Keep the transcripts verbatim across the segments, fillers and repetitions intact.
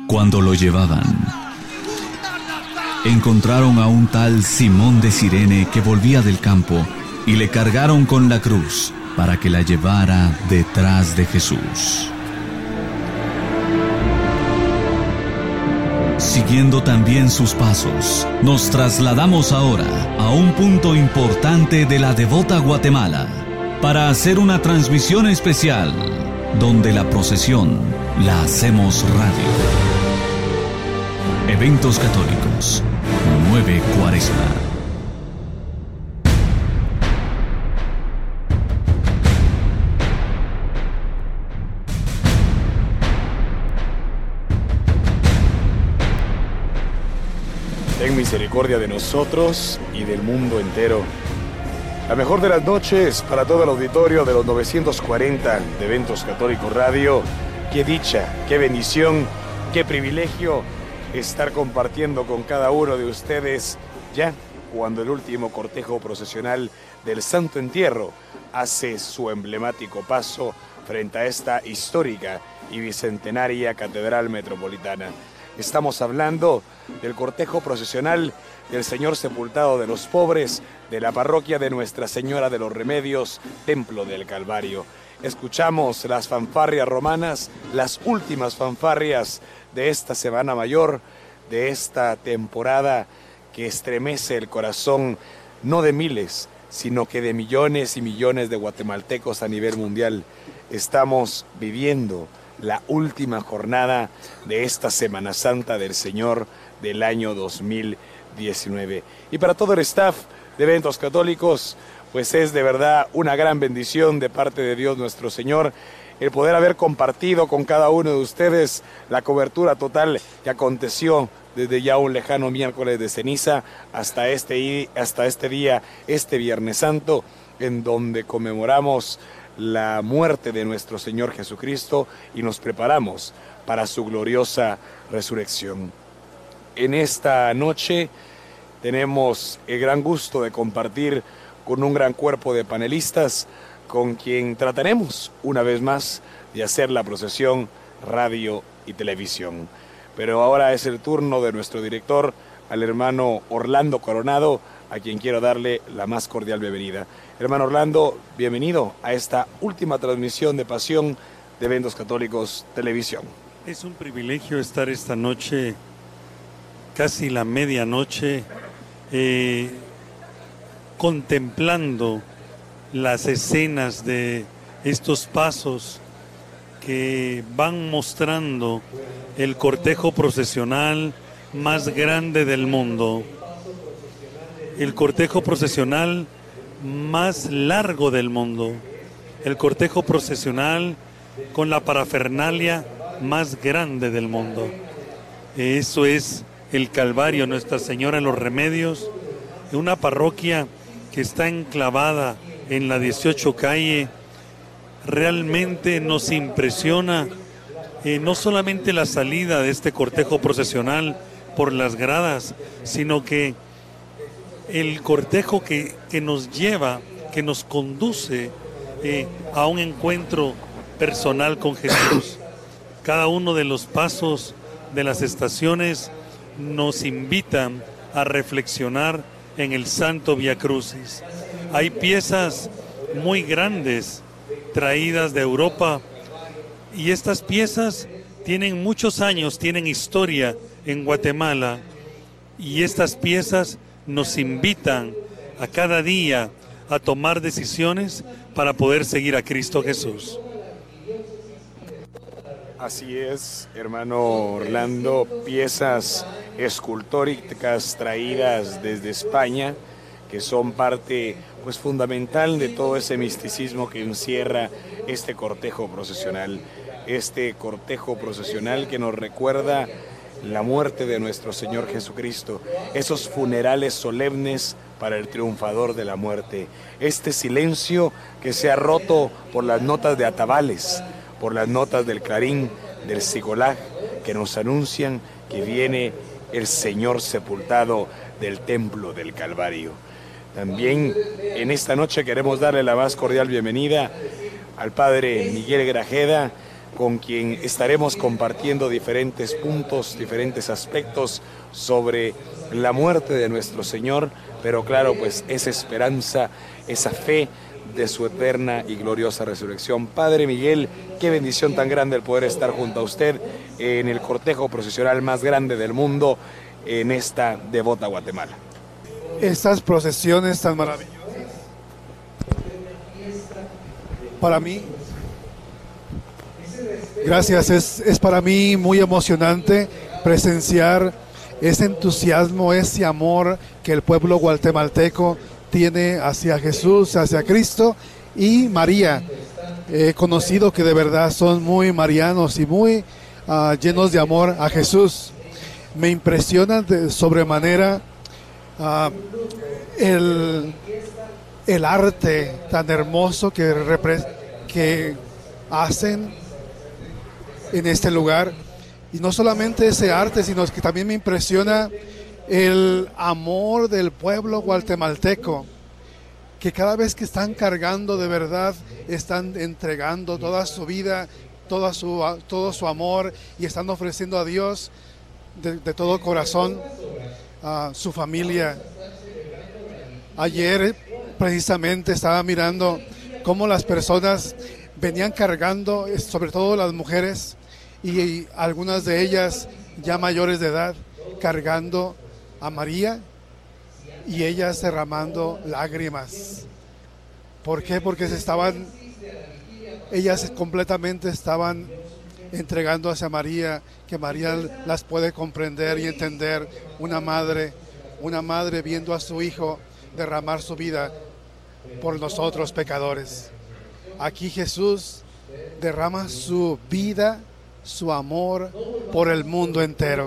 Cuando lo llevaban, encontraron a un tal Simón de Cirene que volvía del campo y le cargaron con la cruz para que la llevara detrás de Jesús. Siguiendo también sus pasos, nos trasladamos ahora a un punto importante de la devota Guatemala para hacer una transmisión especial donde la procesión la hacemos radio. Eventos Católicos, nueve Cuaresma. Ten misericordia de nosotros y del mundo entero. La mejor de las noches para todo el auditorio de los novecientos cuarenta de Eventos Católicos Radio. Qué dicha, qué bendición, qué privilegio estar compartiendo con cada uno de ustedes ya cuando el último cortejo procesional del Santo Entierro hace su emblemático paso frente a esta histórica y bicentenaria Catedral Metropolitana. Estamos hablando del cortejo procesional del Señor Sepultado de los Pobres de la parroquia de Nuestra Señora de los Remedios, Templo del Calvario. Escuchamos las fanfarrias romanas, las últimas fanfarrias de esta Semana Mayor, de esta temporada que estremece el corazón no de miles, sino que de millones y millones de guatemaltecos a nivel mundial. Estamos viviendo la última jornada de esta Semana Santa del Señor del año dos mil diecinueve. Y para todo el staff de Eventos Católicos, pues es de verdad una gran bendición de parte de Dios nuestro Señor el poder haber compartido con cada uno de ustedes la cobertura total que aconteció desde ya un lejano miércoles de ceniza hasta este, hasta este día, este Viernes Santo, en donde conmemoramos la muerte de nuestro Señor Jesucristo y nos preparamos para su gloriosa resurrección. En esta noche tenemos el gran gusto de compartir con un gran cuerpo de panelistas con quien trataremos una vez más de hacer la procesión radio y televisión. Pero ahora es el turno de nuestro director, al hermano Orlando Coronado, a quien quiero darle la más cordial bienvenida. Hermano Orlando, bienvenido a esta última transmisión de Pasión de Eventos Católicos Televisión. Es un privilegio estar esta noche, casi la medianoche, eh, contemplando las escenas de estos pasos que van mostrando el cortejo procesional más grande del mundo, el cortejo procesional más largo del mundo, el cortejo procesional con la parafernalia más grande del mundo. Eso es el Calvario, Nuestra Señora de los Remedios, una parroquia que está enclavada en la dieciocho calle. Realmente nos impresiona eh, no solamente la salida de este cortejo procesional por las gradas, sino que el cortejo que, que nos lleva, que nos conduce eh, a un encuentro personal con Jesús. Cada uno de los pasos de las estaciones nos invitan a reflexionar en el Santo Vía Crucis. Hay piezas muy grandes traídas de Europa y estas piezas tienen muchos años, tienen historia en Guatemala, y estas piezas nos invitan a cada día a tomar decisiones para poder seguir a Cristo Jesús. Así es, hermano Orlando, piezas escultóricas traídas desde España, que son parte pues fundamental de todo ese misticismo que encierra este cortejo procesional. Este cortejo procesional que nos recuerda la muerte de nuestro Señor Jesucristo, esos funerales solemnes para el triunfador de la muerte, este silencio que se ha roto por las notas de atabales, por las notas del clarín, del sigolag, que nos anuncian que viene el Señor sepultado del Templo del Calvario. También en esta noche queremos darle la más cordial bienvenida al Padre Miguel Grajeda, con quien estaremos compartiendo diferentes puntos, diferentes aspectos sobre la muerte de nuestro Señor, pero claro, pues esa esperanza, esa fe de su eterna y gloriosa resurrección. Padre Miguel, qué bendición tan grande el poder estar junto a usted en el cortejo procesional más grande del mundo en esta devota Guatemala. Estas procesiones tan maravillosas, para mí, gracias, es, es para mí muy emocionante presenciar ese entusiasmo, ese amor que el pueblo guatemalteco tiene hacia Jesús, hacia Cristo y María. He conocido que de verdad son muy marianos y muy uh, llenos de amor a Jesús. Me impresiona de sobremanera uh, el, el arte tan hermoso que, repre- que hacen en este lugar. Y no solamente ese arte, sino que también me impresiona el amor del pueblo guatemalteco, que cada vez que están cargando de verdad, están entregando toda su vida, toda su, todo su amor y están ofreciendo a Dios de, de todo corazón a su familia. Ayer precisamente estaba mirando cómo las personas venían cargando, sobre todo las mujeres, y algunas de ellas ya mayores de edad, cargando a María y ellas derramando lágrimas. ¿Por qué? Porque se estaban, ellas completamente estaban entregando hacia María, que María las puede comprender y entender. Una madre, una madre viendo a su hijo derramar su vida por nosotros pecadores. Aquí Jesús derrama su vida, su amor por el mundo entero.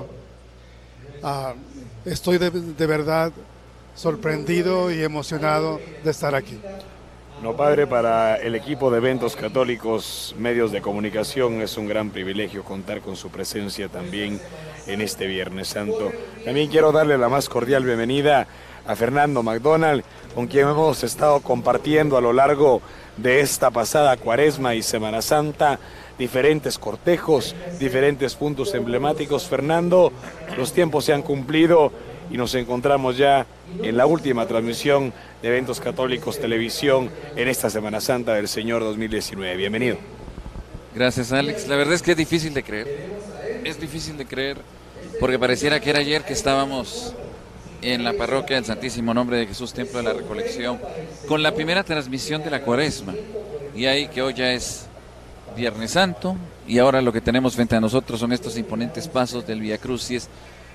Uh, estoy de, de verdad sorprendido y emocionado de estar aquí. No, padre, para el equipo de Eventos Católicos, medios de comunicación, es un gran privilegio contar con su presencia también en este Viernes Santo. También quiero darle la más cordial bienvenida a Fernando McDonald, con quien hemos estado compartiendo a lo largo de esta pasada Cuaresma y Semana Santa diferentes cortejos, diferentes puntos emblemáticos. Fernando, los tiempos se han cumplido y nos encontramos ya en la última transmisión de Eventos Católicos Televisión en esta Semana Santa del Señor dos mil diecinueve. Bienvenido. Gracias, Alex. La verdad es que es difícil de creer. Es difícil de creer porque pareciera que era ayer que estábamos en la parroquia del Santísimo Nombre de Jesús, Templo de la Recolección, con la primera transmisión de la Cuaresma. Y ahí que hoy ya es Viernes Santo, y ahora lo que tenemos frente a nosotros son estos imponentes pasos del Vía Crucis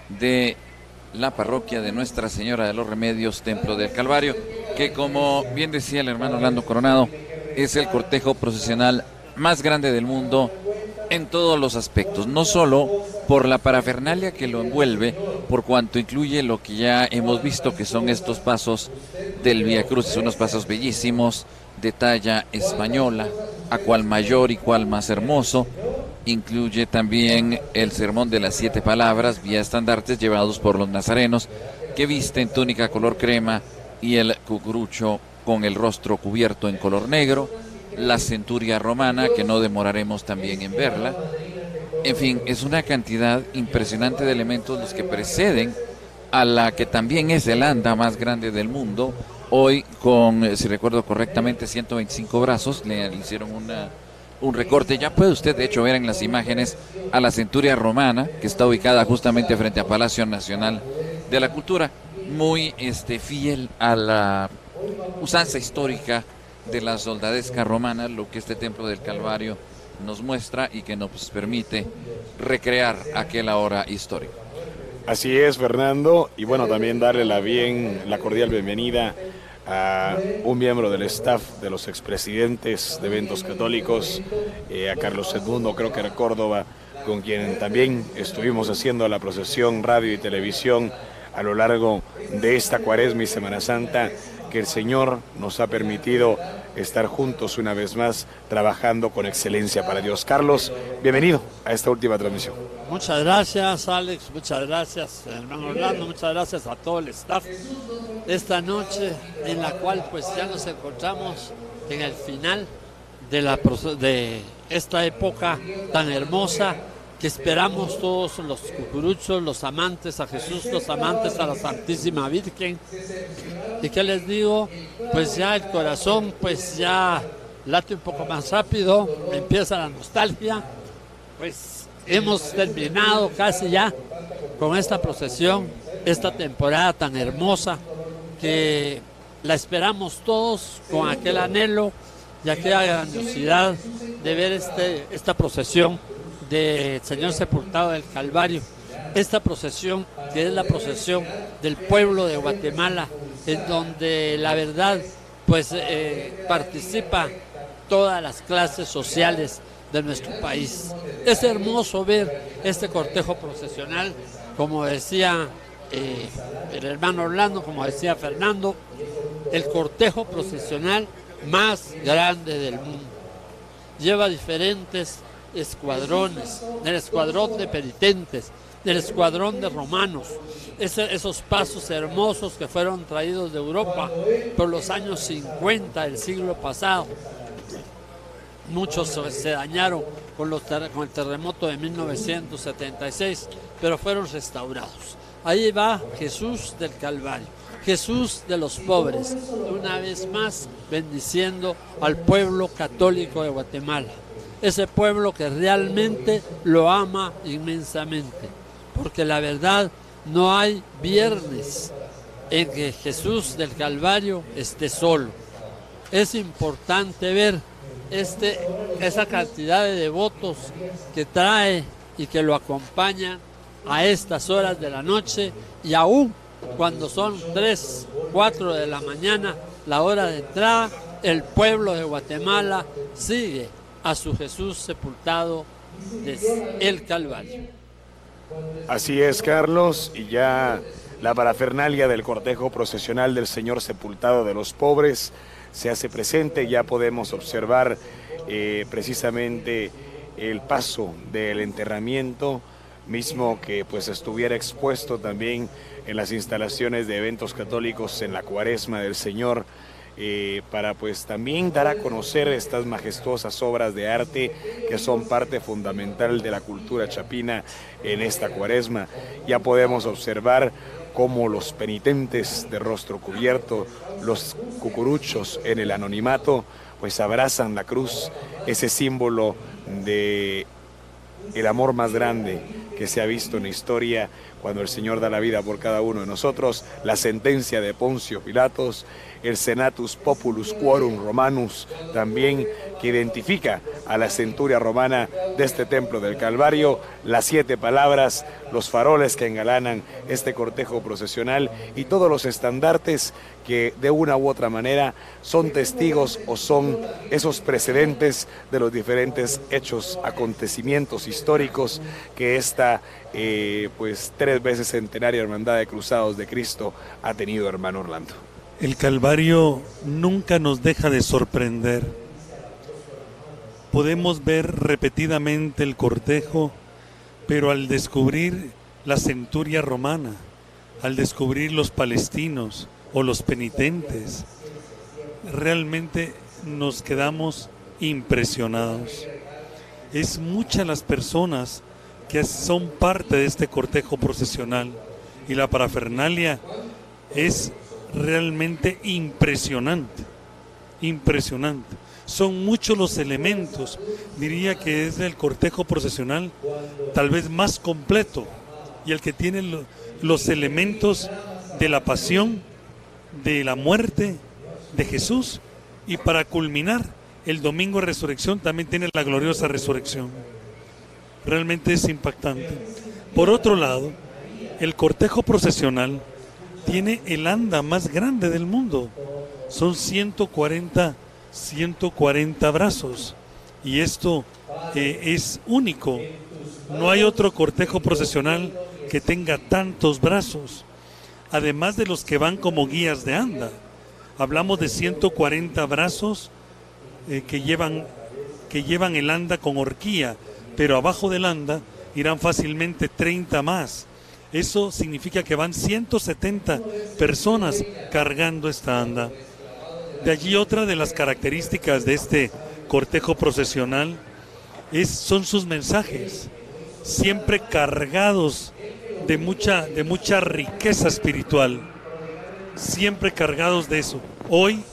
de la parroquia de Nuestra Señora de los Remedios, Templo del Calvario, que, como bien decía el hermano Orlando Coronado, es el cortejo procesional más grande del mundo en todos los aspectos, no solo por la parafernalia que lo envuelve, por cuanto incluye lo que ya hemos visto, que son estos pasos del Vía Crucis, unos pasos bellísimos de talla española, a cual mayor y cual más hermoso. Incluye también el sermón de las siete palabras, vía estandartes llevados por los nazarenos, que visten túnica color crema y el cucurucho con el rostro cubierto en color negro, la centuria romana, que no demoraremos también en verla. En fin, es una cantidad impresionante de elementos los que preceden a la que también es el anda más grande del mundo, hoy con, si recuerdo correctamente, ciento veinticinco brazos. Le hicieron una, un recorte. Ya puede usted, de hecho, ver en las imágenes a la centuria romana, que está ubicada justamente frente a Palacio Nacional de la Cultura, muy este, fiel a la usanza histórica de la soldadesca romana, lo que este Templo del Calvario nos muestra y que nos permite recrear aquella hora histórica. Así es, Fernando, y bueno, también darle la bien, la cordial bienvenida a un miembro del staff de los expresidentes de Eventos Católicos, eh, a Carlos Edmundo, creo que era Córdoba, con quien también estuvimos haciendo la procesión radio y televisión a lo largo de esta Cuaresma y Semana Santa, que el Señor nos ha permitido estar juntos una vez más, trabajando con excelencia para Dios. Carlos, bienvenido a esta última transmisión. Muchas gracias, Alex, muchas gracias, hermano Orlando, muchas gracias a todo el staff. Esta noche en la cual pues ya nos encontramos en el final de la de esta época tan hermosa que esperamos todos los cucuruchos, los amantes a Jesús, los amantes a la Santísima Virgen. ¿Y qué les digo? Pues ya el corazón pues ya late un poco más rápido, empieza la nostalgia. Pues hemos terminado casi ya con esta procesión, esta temporada tan hermosa que la esperamos todos con aquel anhelo y aquella grandiosidad de ver este, esta procesión del Señor sepultado del Calvario, esta procesión que es la procesión del pueblo de Guatemala, en donde la verdad pues eh, participa todas las clases sociales de nuestro país. Es hermoso ver este cortejo procesional, como decía eh, el hermano Orlando, como decía Fernando, el cortejo procesional más grande del mundo. Lleva diferentes escuadrones, del escuadrón de penitentes, del escuadrón de romanos, Ese, esos pasos hermosos que fueron traídos de Europa por los años cincuenta del siglo pasado. Muchos se dañaron con, los ter- con el terremoto de mil novecientos setenta y seis, pero fueron restaurados. Ahí va Jesús del Calvario, Jesús de los pobres, una vez más bendiciendo al pueblo católico de Guatemala. Ese pueblo que realmente lo ama inmensamente, porque la verdad no hay viernes en que Jesús del Calvario esté solo. Es importante ver este, esa cantidad de devotos que trae y que lo acompañan a estas horas de la noche, y aún cuando son tres, cuatro de la mañana, la hora de entrada, el pueblo de Guatemala sigue a su Jesús sepultado desde el Calvario. Así es, Carlos, y ya la parafernalia del cortejo procesional del Señor sepultado de los pobres se hace presente. Ya podemos observar eh, precisamente el paso del enterramiento mismo, que pues estuviera expuesto también en las instalaciones de eventos católicos en la Cuaresma del Señor, eh, para pues también dar a conocer estas majestuosas obras de arte que son parte fundamental de la cultura chapina en esta Cuaresma. Ya podemos observar cómo los penitentes de rostro cubierto, los cucuruchos en el anonimato, pues abrazan la cruz, ese símbolo de el amor más grande que se ha visto en la historia, cuando el Señor da la vida por cada uno de nosotros. La sentencia de Poncio Pilatos, el Senatus Populus Quorum Romanus, también, que identifica a la centuria romana de este templo del Calvario, las siete palabras, los faroles que engalanan este cortejo procesional y todos los estandartes que de una u otra manera son testigos o son esos precedentes de los diferentes hechos, acontecimientos históricos que esta eh, pues tres veces centenaria Hermandad de Cruzados de Cristo ha tenido, hermano Orlando. El Calvario nunca nos deja de sorprender. Podemos ver repetidamente el cortejo, pero al descubrir la centuria romana, al descubrir los palestinos o los penitentes, realmente nos quedamos impresionados. Es muchas las personas que son parte de este cortejo procesional, y la parafernalia es realmente impresionante, impresionante. Son muchos los elementos, diría que es el cortejo procesional tal vez más completo y el que tiene lo, los elementos de la pasión, de la muerte de Jesús, y para culminar el domingo de resurrección también tiene la gloriosa resurrección. Realmente es impactante. Por otro lado, el cortejo procesional tiene el anda más grande del mundo. Son ciento cuarenta brazos, y esto eh, es único. No hay otro cortejo procesional que tenga tantos brazos, además de los que van como guías de anda. Hablamos de ciento cuarenta brazos eh, que llevan, que llevan el anda con horquilla, pero abajo del anda irán fácilmente treinta más. Eso significa que van ciento setenta personas cargando esta anda. De allí otra de las características de este cortejo procesional es, son sus mensajes, siempre cargados de mucha, de mucha riqueza espiritual, siempre cargados de eso. Hoy,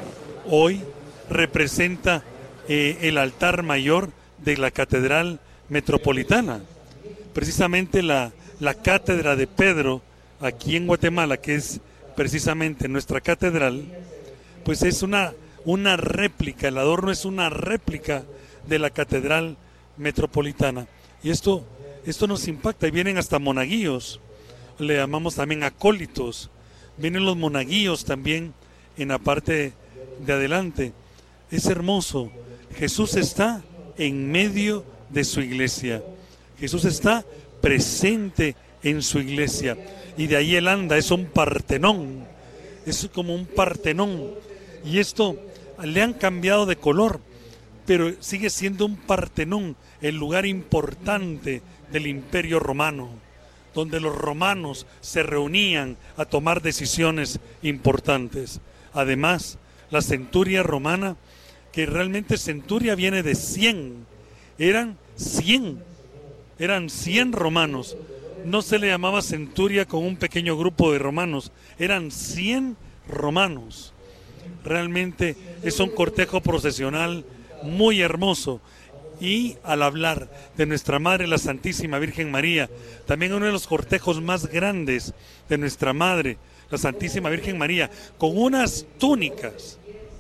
hoy representa eh, el altar mayor de la Catedral Metropolitana, precisamente la, la Cátedra de Pedro, aquí en Guatemala, que es precisamente nuestra catedral, pues es una, una réplica, el adorno es una réplica de la Catedral Metropolitana. Y esto, esto nos impacta, y vienen hasta monaguillos, le llamamos también acólitos, vienen los monaguillos también en la parte de adelante. Es hermoso, Jesús está en medio de su iglesia, Jesús está presente en su iglesia, y de ahí él anda, es un partenón, es como un partenón, y esto le han cambiado de color, pero sigue siendo un Partenón, el lugar importante del Imperio Romano, donde los romanos se reunían a tomar decisiones importantes. Además, la centuria romana, que realmente centuria viene de cien, eran cien, eran cien romanos. No se le llamaba centuria con un pequeño grupo de romanos, eran cien romanos. Realmente es un cortejo procesional muy hermoso. Y al hablar de nuestra Madre, la Santísima Virgen María, también uno de los cortejos más grandes de nuestra Madre, la Santísima Virgen María, con unas túnicas,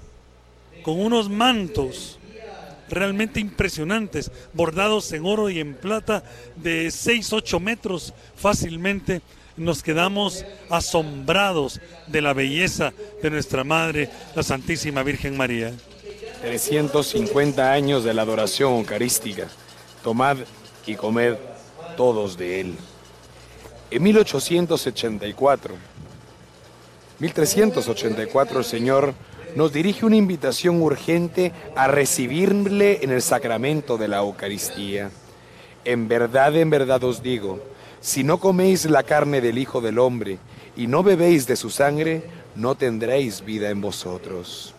con unos mantos realmente impresionantes, bordados en oro y en plata de seis, ocho metros fácilmente. Nos quedamos asombrados de la belleza de nuestra Madre, la Santísima Virgen María. trescientos cincuenta años de la adoración eucarística. Tomad y comed todos de él. En mil ochocientos ochenta y cuatro, mil trescientos ochenta y cuatro, el Señor nos dirige una invitación urgente a recibirle en el sacramento de la Eucaristía. En verdad, en verdad os digo, si no coméis la carne del Hijo del Hombre y no bebéis de su sangre, no tendréis vida en vosotros.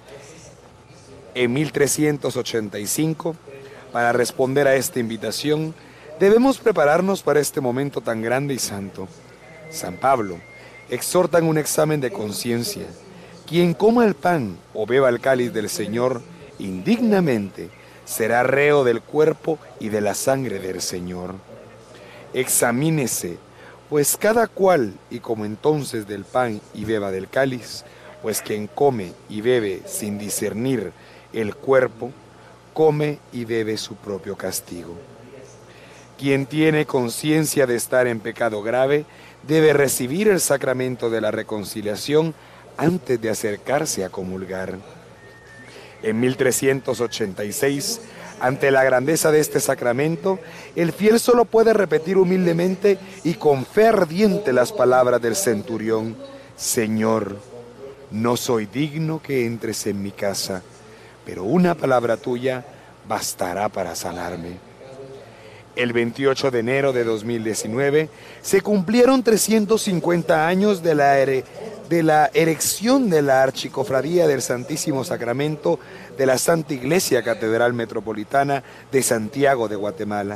En mil trescientos ochenta y cinco, para responder a esta invitación, debemos prepararnos para este momento tan grande y santo. San Pablo exhorta en un examen de conciencia: quien coma el pan o beba el cáliz del Señor indignamente será reo del cuerpo y de la sangre del Señor. Examínese, pues cada cual, y como entonces del pan y beba del cáliz, pues quien come y bebe sin discernir el cuerpo, come y bebe su propio castigo. Quien tiene conciencia de estar en pecado grave, debe recibir el sacramento de la reconciliación antes de acercarse a comulgar. En mil trescientos ochenta y seis, ante la grandeza de este sacramento, el fiel solo puede repetir humildemente y con fe ardiente las palabras del centurión: Señor, no soy digno que entres en mi casa, pero una palabra tuya bastará para sanarme. El veintiocho de enero de dos mil diecinueve se cumplieron trescientos cincuenta años de la, ere, de la erección de la Archicofradía del Santísimo Sacramento de la Santa Iglesia Catedral Metropolitana de Santiago de Guatemala.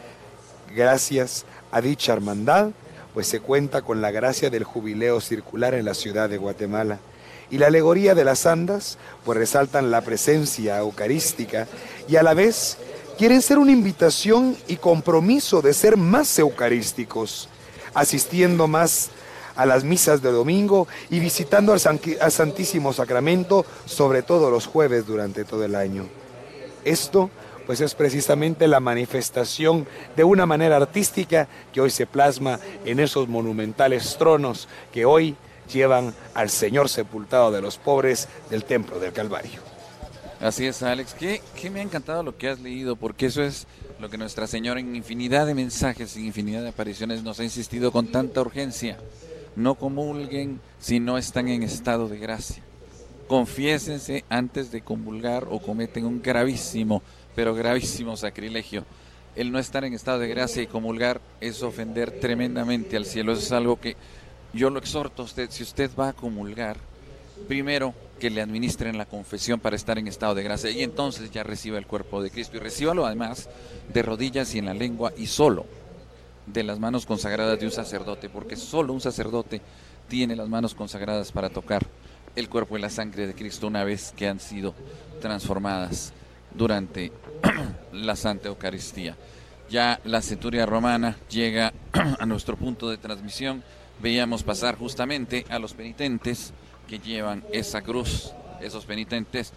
Gracias a dicha hermandad, pues se cuenta con la gracia del jubileo circular en la ciudad de Guatemala. Y la alegoría de las andas, pues resaltan la presencia eucarística y a la vez quieren ser una invitación y compromiso de ser más eucarísticos, asistiendo más a las misas de domingo y visitando al, San, al Santísimo Sacramento, sobre todo los jueves durante todo el año. Esto, pues, es precisamente la manifestación de una manera artística que hoy se plasma en esos monumentales tronos que hoy llevan al Señor sepultado de los pobres del Templo del Calvario. Así es, Alex, que, que me ha encantado lo que has leído, porque eso es lo que Nuestra Señora en infinidad de mensajes, en infinidad de apariciones nos ha insistido con tanta urgencia. No comulguen si no están en estado de gracia. Confiésense antes de comulgar o cometen un gravísimo, pero gravísimo sacrilegio. El no estar en estado de gracia y comulgar es ofender tremendamente al cielo. Eso es algo que yo lo exhorto a usted. Si usted va a comulgar, primero que le administren la confesión para estar en estado de gracia y entonces ya reciba el cuerpo de Cristo y recíbalo además de rodillas y en la lengua y solo de las manos consagradas de un sacerdote, porque solo un sacerdote tiene las manos consagradas para tocar el cuerpo y la sangre de Cristo una vez que han sido transformadas durante la Santa Eucaristía. Ya la centuria romana llega a nuestro punto de transmisión. Veíamos pasar justamente a los penitentes que llevan esa cruz, esos penitentes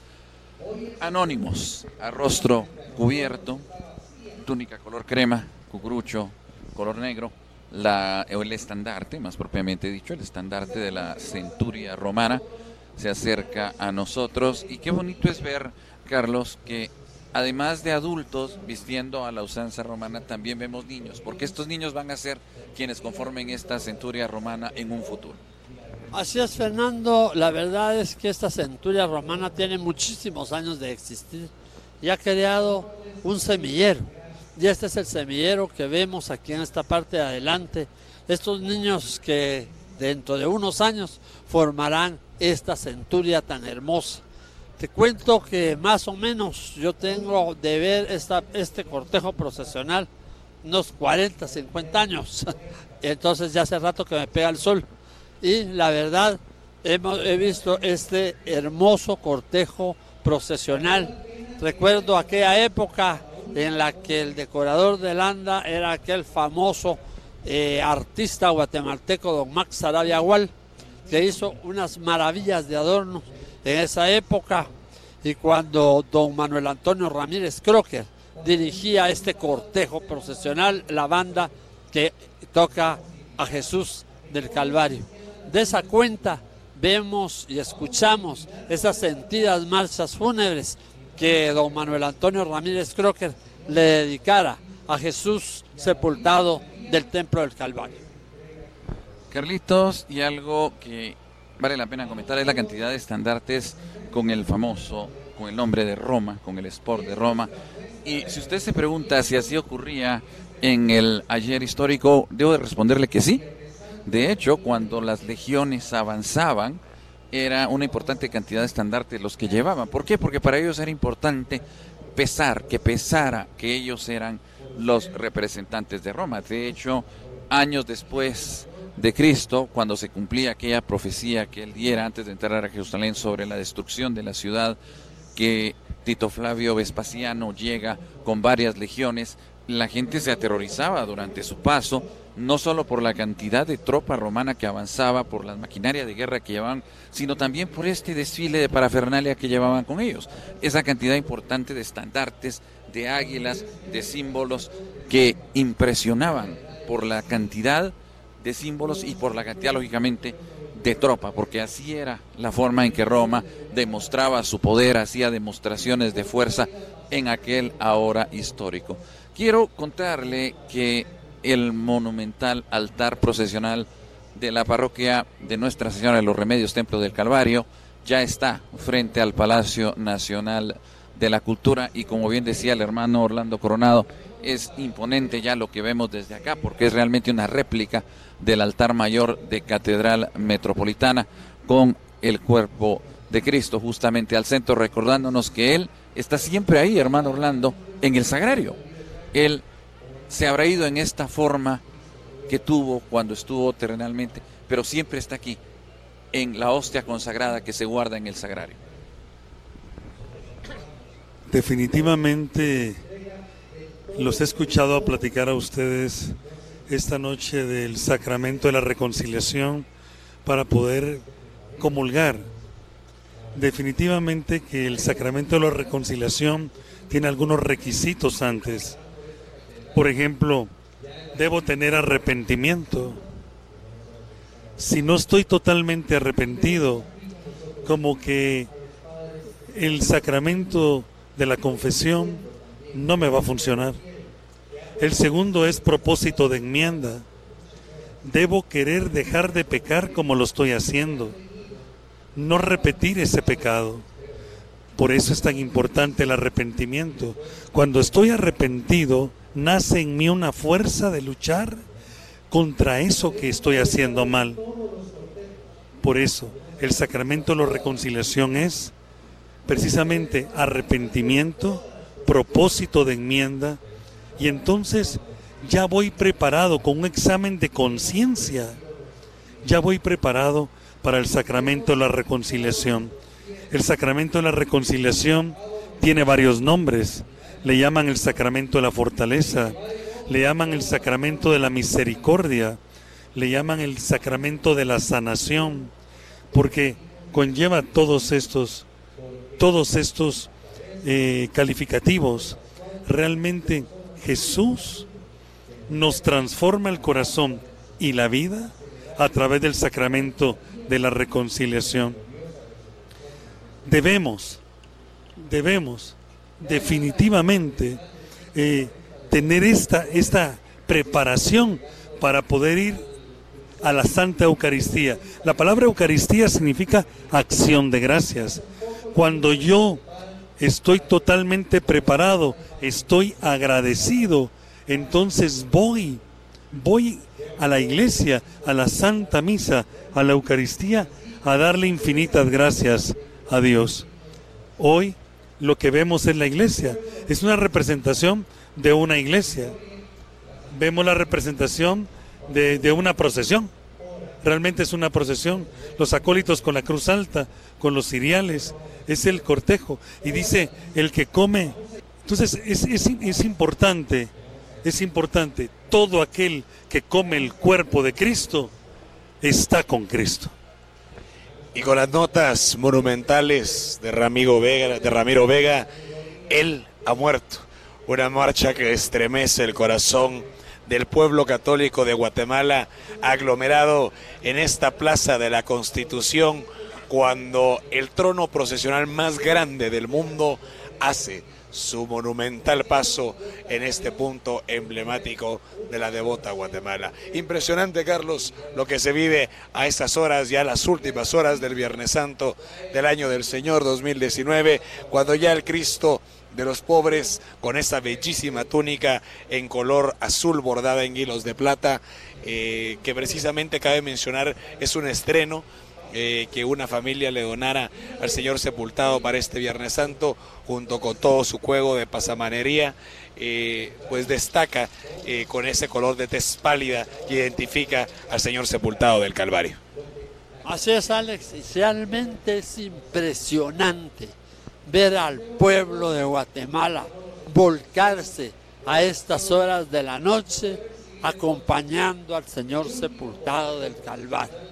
anónimos, a rostro cubierto, túnica color crema, cucurucho color negro, la, el estandarte, más propiamente dicho, el estandarte de la centuria romana se acerca a nosotros. Y qué bonito es ver, Carlos, que además de adultos vistiendo a la usanza romana, también vemos niños, porque estos niños van a ser quienes conformen esta centuria romana en un futuro. Así es, Fernando, la verdad es que esta centuria romana tiene muchísimos años de existir y ha creado un semillero, y este es el semillero que vemos aquí en esta parte de adelante, estos niños que dentro de unos años formarán esta centuria tan hermosa. Te cuento que más o menos yo tengo de ver esta, este cortejo procesional unos cuarenta, cincuenta años, entonces ya hace rato que me pega el sol. Y la verdad, hemos, he visto este hermoso cortejo procesional. Recuerdo aquella época en la que el decorador del anda era aquel famoso eh, artista guatemalteco, don Max Sarabia Gual, que hizo unas maravillas de adornos en esa época. Y cuando don Manuel Antonio Ramírez Crocker dirigía este cortejo procesional, la banda que toca a Jesús del Calvario. De esa cuenta vemos y escuchamos esas sentidas marchas fúnebres que don Manuel Antonio Ramírez Crocker le dedicara a Jesús sepultado del Templo del Calvario. Carlitos, y algo que vale la pena comentar es la cantidad de estandartes con el famoso, con el nombre de Roma, con el Sport de Roma. Y si usted se pregunta si así ocurría en el ayer histórico, debo de responderle que sí. De hecho, cuando las legiones avanzaban, era una importante cantidad de estandartes los que llevaban. ¿Por qué? Porque para ellos era importante pesar, que pesara que ellos eran los representantes de Roma. De hecho, años después de Cristo, cuando se cumplía aquella profecía que él diera antes de entrar a Jerusalén sobre la destrucción de la ciudad, que Tito Flavio Vespasiano llega con varias legiones, la gente se aterrorizaba durante su paso, no solo por la cantidad de tropa romana que avanzaba, por la maquinaria de guerra que llevaban, sino también por este desfile de parafernalia que llevaban con ellos. Esa cantidad importante de estandartes, de águilas, de símbolos que impresionaban por la cantidad de símbolos y por la cantidad, lógicamente, de tropa, porque así era la forma en que Roma demostraba su poder, hacía demostraciones de fuerza en aquel ahora histórico. Quiero contarle que el monumental altar procesional de la parroquia de Nuestra Señora de los Remedios, Templo del Calvario, ya está frente al Palacio Nacional de la Cultura y, como bien decía el hermano Orlando Coronado, es imponente ya lo que vemos desde acá, porque es realmente una réplica del altar mayor de Catedral Metropolitana con el cuerpo de Cristo justamente al centro, recordándonos que Él está siempre ahí, hermano Orlando, en el sagrario. Él se habrá ido en esta forma que tuvo cuando estuvo terrenalmente, pero siempre está aquí, en la hostia consagrada que se guarda en el sagrario. Definitivamente los he escuchado a platicar a ustedes esta noche del sacramento de la reconciliación para poder comulgar. Definitivamente que el sacramento de la reconciliación tiene algunos requisitos antes. Por ejemplo, debo tener arrepentimiento. Si no estoy totalmente arrepentido, como que el sacramento de la confesión no me va a funcionar. El segundo es propósito de enmienda. Debo querer dejar de pecar como lo estoy haciendo, no repetir ese pecado. Por eso es tan importante el arrepentimiento. Cuando estoy arrepentido, nace en mí una fuerza de luchar contra eso que estoy haciendo mal. Por eso, el sacramento de la reconciliación es precisamente arrepentimiento, propósito de enmienda, y entonces ya voy preparado con un examen de conciencia, ya voy preparado para el sacramento de la reconciliación. El sacramento de la reconciliación tiene varios nombres. Le llaman el sacramento de la fortaleza, le llaman el sacramento de la misericordia, le llaman el sacramento de la sanación, porque conlleva todos estos, todos estos eh, calificativos. Realmente Jesús nos transforma el corazón y la vida a través del sacramento de la reconciliación. Debemos, debemos definitivamente eh, tener esta, esta preparación para poder ir a la Santa Eucaristía. La palabra Eucaristía significa acción de gracias. Cuando yo estoy totalmente preparado, estoy agradecido, entonces voy, voy a la iglesia, a la Santa Misa, a la Eucaristía, a darle infinitas gracias a Dios. Hoy lo que vemos en la iglesia es una representación de una iglesia. Vemos la representación de, de una procesión. Realmente es una procesión. Los acólitos con la cruz alta, con los ciriales, es el cortejo. Y dice, el que come. Entonces es, es, es importante, es importante, todo aquel que come el cuerpo de Cristo está con Cristo. Y con las notas monumentales de Ramiro Vega, de Ramiro Vega, Él ha muerto. Una marcha que estremece el corazón del pueblo católico de Guatemala, aglomerado en esta plaza de la Constitución, cuando el trono procesional más grande del mundo hace su monumental paso en este punto emblemático de la devota Guatemala. Impresionante, Carlos, lo que se vive a estas horas, ya las últimas horas del Viernes Santo del año del Señor dos mil diecinueve, cuando ya el Cristo de los pobres, con esa bellísima túnica en color azul bordada en hilos de plata, eh, que precisamente cabe mencionar es un estreno, Eh, que una familia le donara al Señor sepultado para este Viernes Santo, junto con todo su juego de pasamanería, eh, pues destaca eh, con ese color de tez pálida que identifica al Señor sepultado del Calvario. Así es, Alex, y realmente es impresionante ver al pueblo de Guatemala volcarse a estas horas de la noche acompañando al Señor sepultado del Calvario.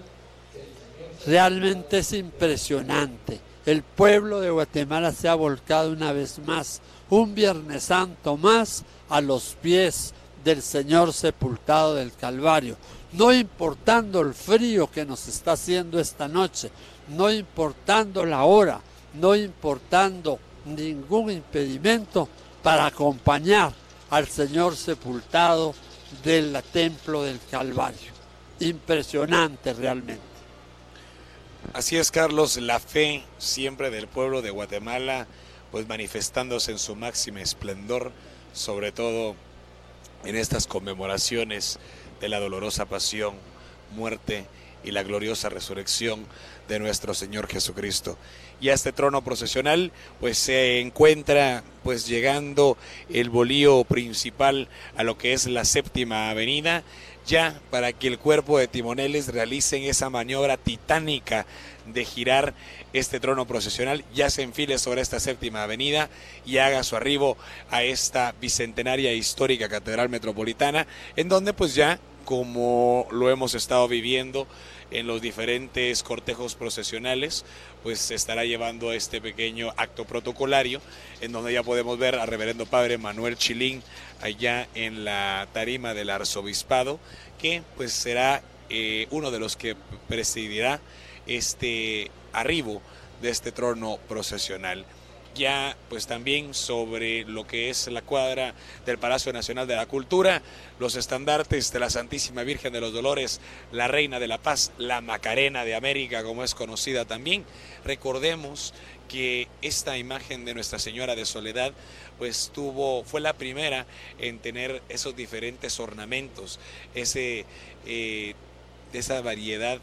Realmente es impresionante. El pueblo de Guatemala se ha volcado una vez más, un Viernes Santo más, a los pies del Señor sepultado del Calvario. No importando el frío que nos está haciendo esta noche, no importando la hora, no importando ningún impedimento para acompañar al Señor sepultado del templo del Calvario. Impresionante realmente. Así es, Carlos, la fe siempre del pueblo de Guatemala, pues manifestándose en su máximo esplendor, sobre todo en estas conmemoraciones de la dolorosa pasión, muerte y la gloriosa resurrección de nuestro Señor Jesucristo. Y a este trono procesional pues se encuentra pues llegando el bolío principal a lo que es la Séptima Avenida, ya para que el cuerpo de timoneles realicen esa maniobra titánica de girar este trono procesional, ya se enfile sobre esta Séptima Avenida y haga su arribo a esta bicentenaria e histórica Catedral Metropolitana, en donde pues ya, como lo hemos estado viviendo en los diferentes cortejos procesionales, pues se estará llevando este pequeño acto protocolario, en donde ya podemos ver al reverendo padre Manuel Chilín allá en la tarima del arzobispado, que pues será eh, uno de los que presidirá este arribo de este trono procesional. Ya pues también sobre lo que es la cuadra del Palacio Nacional de la Cultura, los estandartes de la Santísima Virgen de los Dolores, la Reina de la Paz, la Macarena de América, como es conocida también. Recordemos que esta imagen de Nuestra Señora de Soledad pues tuvo, fue la primera en tener esos diferentes ornamentos, ese, eh, esa variedad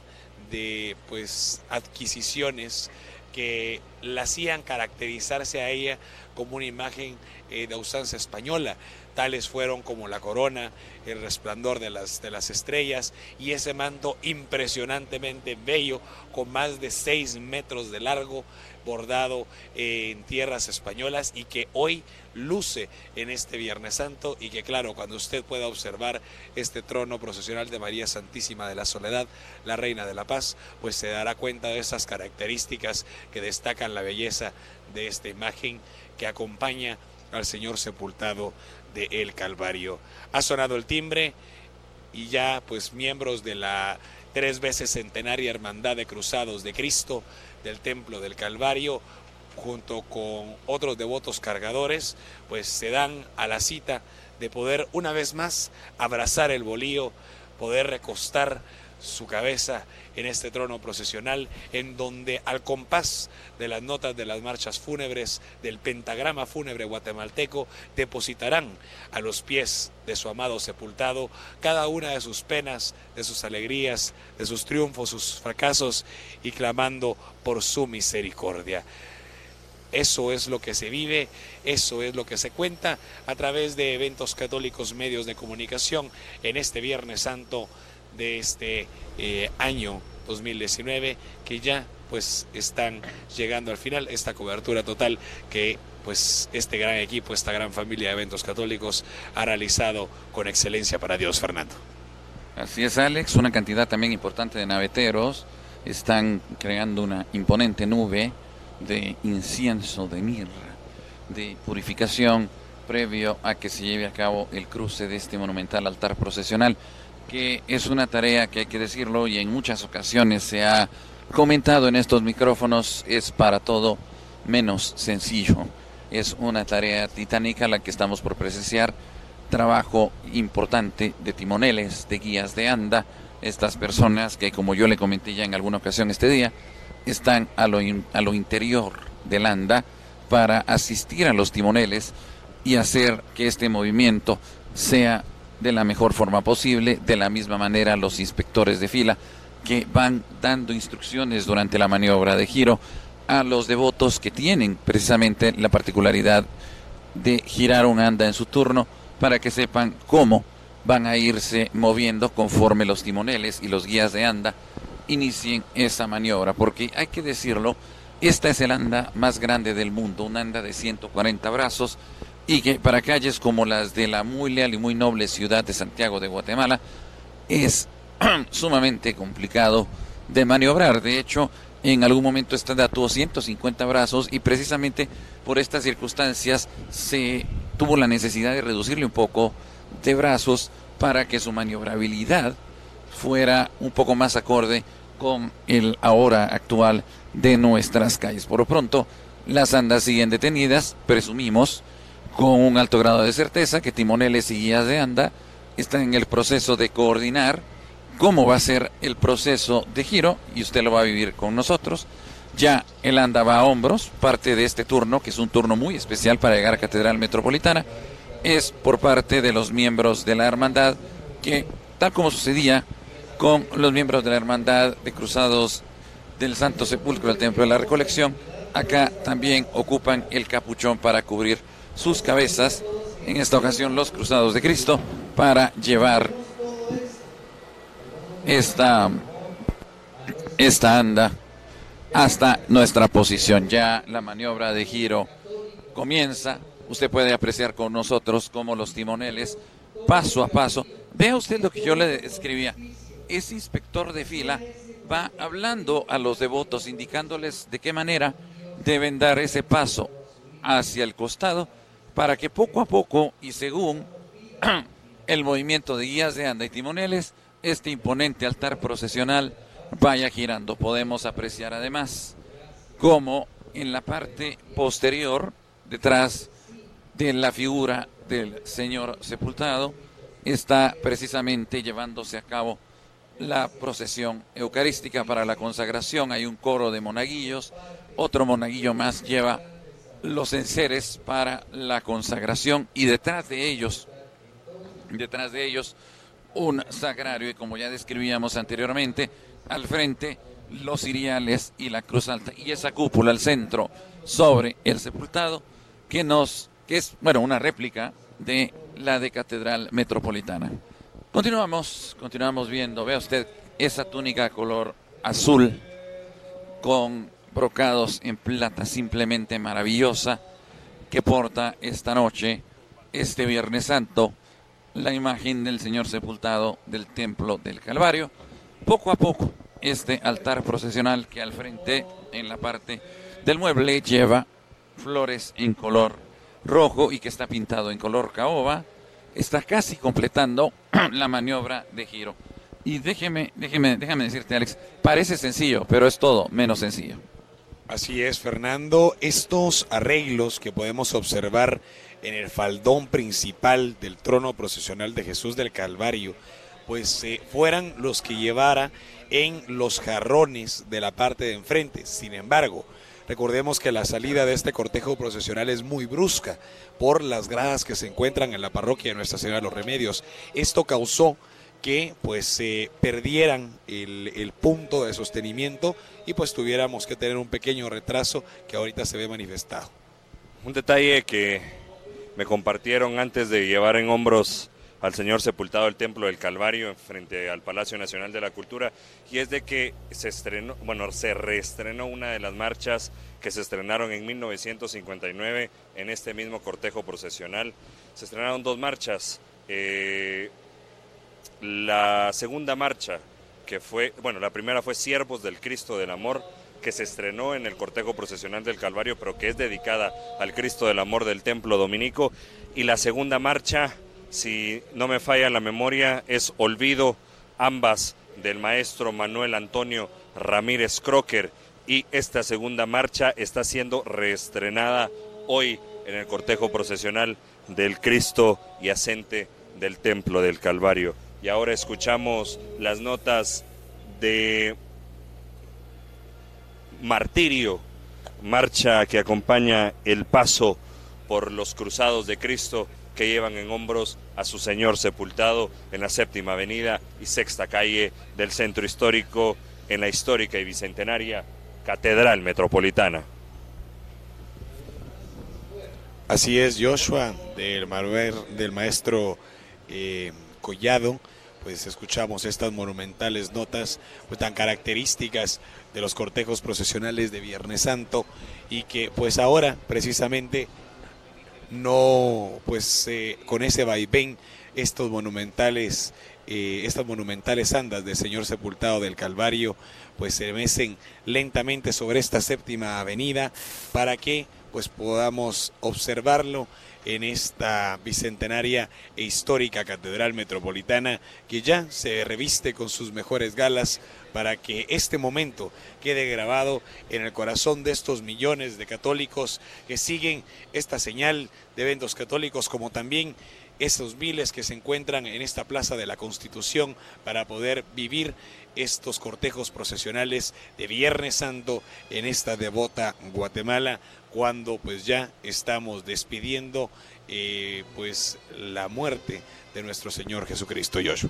de pues adquisiciones que la hacían caracterizarse a ella como una imagen eh, de usanza española. Tales fueron como la corona, el resplandor de las, de las estrellas y ese manto impresionantemente bello con más de seis metros de largo, bordado eh, en tierras españolas y que hoy luce en este Viernes Santo y que claro, cuando usted pueda observar este trono procesional de María Santísima de la Soledad, la Reina de la Paz, pues se dará cuenta de esas características que destacan la belleza de esta imagen que acompaña al Señor sepultado de el Calvario. Ha sonado el timbre y ya pues miembros de la tres veces centenaria Hermandad de Cruzados de Cristo del Templo del Calvario, junto con otros devotos cargadores, pues se dan a la cita de poder una vez más abrazar el bolío, poder recostar su cabeza en este trono procesional, en donde al compás de las notas de las marchas fúnebres, del pentagrama fúnebre guatemalteco, depositarán a los pies de su amado sepultado cada una de sus penas, de sus alegrías, de sus triunfos, sus fracasos, y clamando por su misericordia. Eso es lo que se vive, eso es lo que se cuenta a través de Eventos Católicos Medios de Comunicación en este Viernes Santo de este eh, año dos mil diecinueve, que ya pues están llegando al final, esta cobertura total que pues este gran equipo, esta gran familia de Eventos Católicos ha realizado con excelencia para Dios. Fernando. Así es, Alex, una cantidad también importante de naveteros están creando una imponente nube de incienso, de mirra, de purificación previo a que se lleve a cabo el cruce de este monumental altar procesional, que es una tarea que hay que decirlo y en muchas ocasiones se ha comentado en estos micrófonos, es para todo menos sencillo. Es una tarea titánica la que estamos por presenciar, trabajo importante de timoneles, de guías de anda, estas personas que, como yo le comenté ya en alguna ocasión este día, están a lo, in, a lo interior del anda para asistir a los timoneles y hacer que este movimiento sea de la mejor forma posible. De la misma manera, los inspectores de fila que van dando instrucciones durante la maniobra de giro a los devotos que tienen precisamente la particularidad de girar un anda en su turno, para que sepan cómo van a irse moviendo conforme los timoneles y los guías de anda inicien esa maniobra, porque hay que decirlo, esta es el anda más grande del mundo, un anda de ciento cuarenta brazos, y que para calles como las de la muy leal y muy noble ciudad de Santiago de Guatemala es sumamente complicado de maniobrar. De hecho, en algún momento esta anda tuvo ciento cincuenta brazos y precisamente por estas circunstancias se tuvo la necesidad de reducirle un poco de brazos para que su maniobrabilidad fuera un poco más acorde con el ahora actual de nuestras calles. Por lo pronto, las andas siguen detenidas, presumimos, con un alto grado de certeza que timoneles y guías de anda están en el proceso de coordinar cómo va a ser el proceso de giro, y usted lo va a vivir con nosotros. Ya el anda va a hombros, parte de este turno, que es un turno muy especial para llegar a Catedral Metropolitana, es por parte de los miembros de la hermandad, que tal como sucedía con los miembros de la hermandad de Cruzados del Santo Sepulcro del Templo de la Recolección, acá también ocupan el capuchón para cubrir sus cabezas, en esta ocasión los Cruzados de Cristo, para llevar esta, esta anda hasta nuestra posición. Ya la maniobra de giro comienza. Usted puede apreciar con nosotros cómo los timoneles, paso a paso, vea usted lo que yo le escribía, ese inspector de fila va hablando a los devotos, indicándoles de qué manera deben dar ese paso hacia el costado, para que poco a poco y según el movimiento de guías de anda y timoneles, este imponente altar procesional vaya girando. Podemos apreciar además cómo en la parte posterior, detrás de la figura del Señor sepultado, está precisamente llevándose a cabo la procesión eucarística para la consagración. Hay un coro de monaguillos, otro monaguillo más lleva los enseres para la consagración, y detrás de ellos, detrás de ellos, un sagrario y, como ya describíamos anteriormente, al frente los ciriales y la cruz alta y esa cúpula al centro sobre el sepultado, que nos que es, bueno, una réplica de la de Catedral Metropolitana. Continuamos, continuamos viendo, vea usted esa túnica color azul con brocados en plata simplemente maravillosa que porta esta noche, este Viernes Santo, la imagen del Señor sepultado del Templo del Calvario. Poco a poco, este altar procesional que al frente, en la parte del mueble, lleva flores en color rojo y que está pintado en color caoba, está casi completando la maniobra de giro. Y déjeme, déjeme, déjame decirte, Alex, parece sencillo, pero es todo menos sencillo. Así es, Fernando. Estos arreglos que podemos observar en el faldón principal del trono procesional de Jesús del Calvario, pues eh, fueran los que llevara en los jarrones de la parte de enfrente. Sin embargo, recordemos que la salida de este cortejo procesional es muy brusca por las gradas que se encuentran en la parroquia de Nuestra Señora de los Remedios. Esto causó que pues se eh, perdieran el, el punto de sostenimiento y pues tuviéramos que tener un pequeño retraso que ahorita se ve manifestado. Un detalle que me compartieron antes de llevar en hombros al Señor sepultado del Templo del Calvario frente al Palacio Nacional de la Cultura, y es de que se estrenó, bueno, se reestrenó una de las marchas que se estrenaron en mil novecientos cincuenta y nueve en este mismo cortejo procesional. Se estrenaron dos marchas. Eh, la segunda marcha, que fue, bueno, la primera fue Siervos del Cristo del Amor, que se estrenó en el cortejo procesional del Calvario, pero que es dedicada al Cristo del Amor del Templo Dominico, y la segunda marcha, si no me falla la memoria, es Olvido, ambas del maestro Manuel Antonio Ramírez Crocker, y esta segunda marcha está siendo reestrenada hoy en el cortejo procesional del Cristo Yacente del Templo del Calvario. Y ahora escuchamos las notas de Martirio, marcha que acompaña el paso por los cruzados de Cristo que llevan en hombros a su Señor sepultado en la séptima avenida y sexta calle del centro histórico, en la histórica y bicentenaria Catedral Metropolitana. Así es, Joshua, del, del maestro eh, Collado, pues escuchamos estas monumentales notas pues, tan características de los cortejos procesionales de Viernes Santo, y que pues ahora precisamente no, pues eh, con ese vaivén, estos monumentales, eh, estas monumentales andas del Señor sepultado del Calvario, pues se mecen lentamente sobre esta séptima avenida para que pues podamos observarlo en esta bicentenaria e histórica Catedral Metropolitana, que ya se reviste con sus mejores galas para que este momento quede grabado en el corazón de estos millones de católicos que siguen esta señal de eventos católicos, como también esos miles que se encuentran en esta Plaza de la Constitución para poder vivir estos cortejos procesionales de Viernes Santo en esta devota Guatemala, cuando pues ya estamos despidiendo eh, pues la muerte de nuestro Señor Jesucristo. Joshua.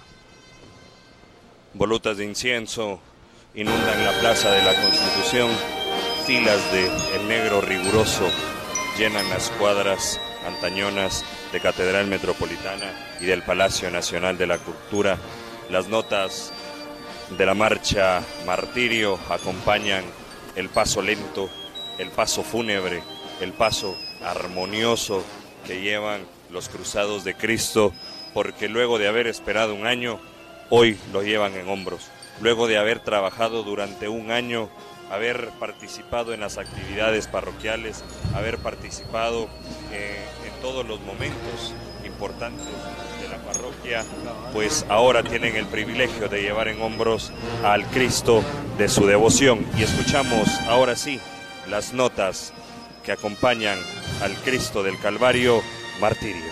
Volutas de incienso inundan la Plaza de la Constitución, filas de el negro riguroso llenan las cuadras antañonas de Catedral Metropolitana y del Palacio Nacional de la Cultura. Las notas de la marcha Martirio acompañan el paso lento, el paso fúnebre, el paso armonioso que llevan los cruzados de Cristo, porque luego de haber esperado un año, hoy lo llevan en hombros. Luego de haber trabajado durante un año, haber participado en las actividades parroquiales, haber participado eh, en todos los momentos importantes de la parroquia, pues ahora tienen el privilegio de llevar en hombros al Cristo de su devoción. Y escuchamos ahora sí las notas que acompañan al Cristo del Calvario, Martirio.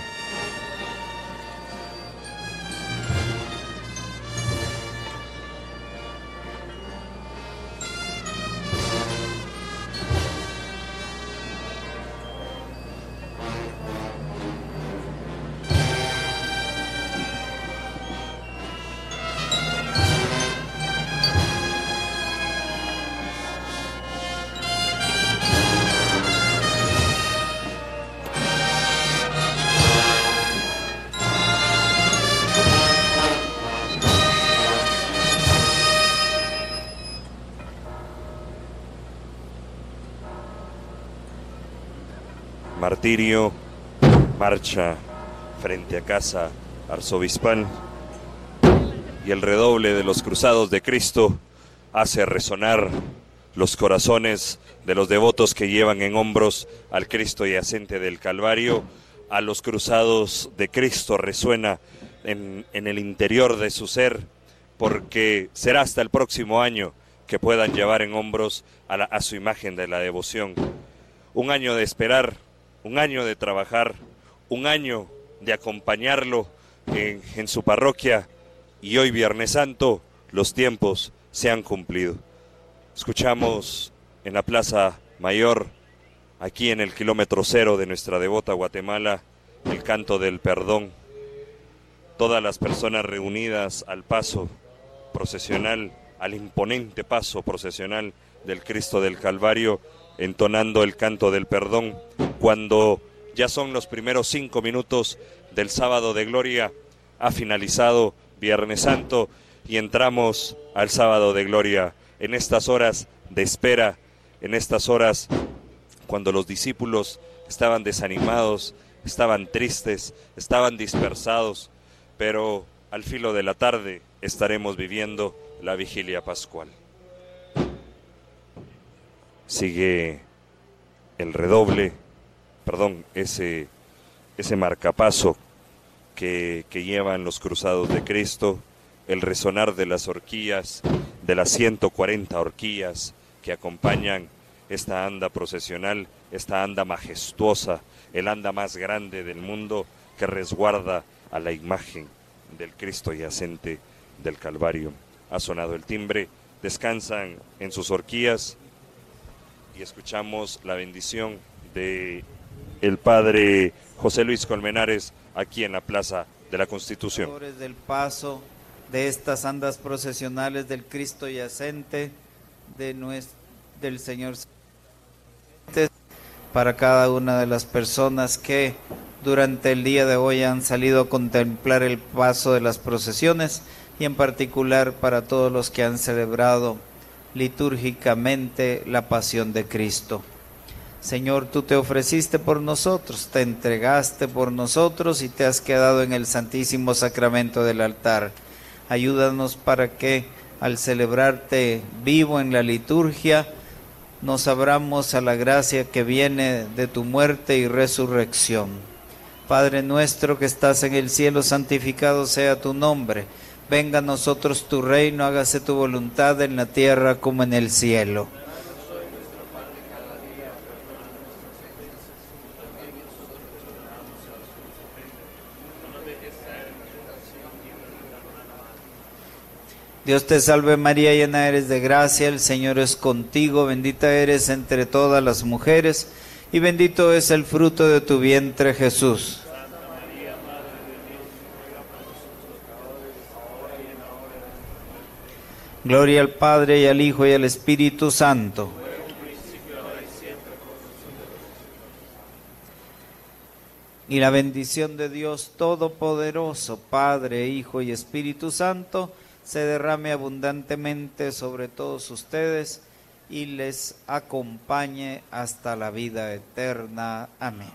martirio, marcha frente a casa arzobispal y el redoble de los cruzados de Cristo hace resonar los corazones de los devotos que llevan en hombros al Cristo yacente del Calvario. A los cruzados de Cristo resuena en, en el interior de su ser, porque será hasta el próximo año que puedan llevar en hombros a, la, a su imagen de la devoción. Un año de esperar, un año de trabajar, un año de acompañarlo en, en su parroquia, y hoy Viernes Santo los tiempos se han cumplido. Escuchamos en la Plaza Mayor, aquí en el kilómetro cero de nuestra devota Guatemala, el canto del perdón. Todas las personas reunidas al paso procesional, al imponente paso procesional del Cristo del Calvario, entonando el canto del perdón, cuando ya son los primeros cinco minutos del sábado de gloria, ha finalizado Viernes Santo y entramos al sábado de gloria en estas horas de espera, en estas horas cuando los discípulos estaban desanimados, estaban tristes, estaban dispersados, pero al filo de la tarde estaremos viviendo la vigilia pascual. Sigue el redoble, perdón, ese, ese marcapaso que, que llevan los cruzados de Cristo, el resonar de las horquillas, de las ciento cuarenta horquillas que acompañan esta anda procesional, esta anda majestuosa, el anda más grande del mundo que resguarda a la imagen del Cristo yacente del Calvario. Ha sonado el timbre, descansan en sus horquillas y escuchamos la bendición de el Padre José Luis Colmenares aquí en la Plaza de la Constitución. Del paso de estas andas procesionales del Cristo yacente de nuestro, del Señor, para cada una de las personas que durante el día de hoy han salido a contemplar el paso de las procesiones, y en particular para todos los que han celebrado litúrgicamente la pasión de Cristo. Señor, tú te ofreciste por nosotros, te entregaste por nosotros y te has quedado en el Santísimo Sacramento del altar. Ayúdanos para que al celebrarte vivo en la liturgia nos abramos a la gracia que viene de tu muerte y resurrección. Padre nuestro que estás en el cielo, santificado sea tu nombre. Venga a nosotros tu reino, hágase tu voluntad en la tierra como en el cielo. Dios te salve María, llena eres de gracia, el Señor es contigo, bendita eres entre todas las mujeres, y bendito es el fruto de tu vientre Jesús. Gloria al Padre, y al Hijo, y al Espíritu Santo. Y la bendición de Dios Todopoderoso, Padre, Hijo y Espíritu Santo, se derrame abundantemente sobre todos ustedes y les acompañe hasta la vida eterna. Amén.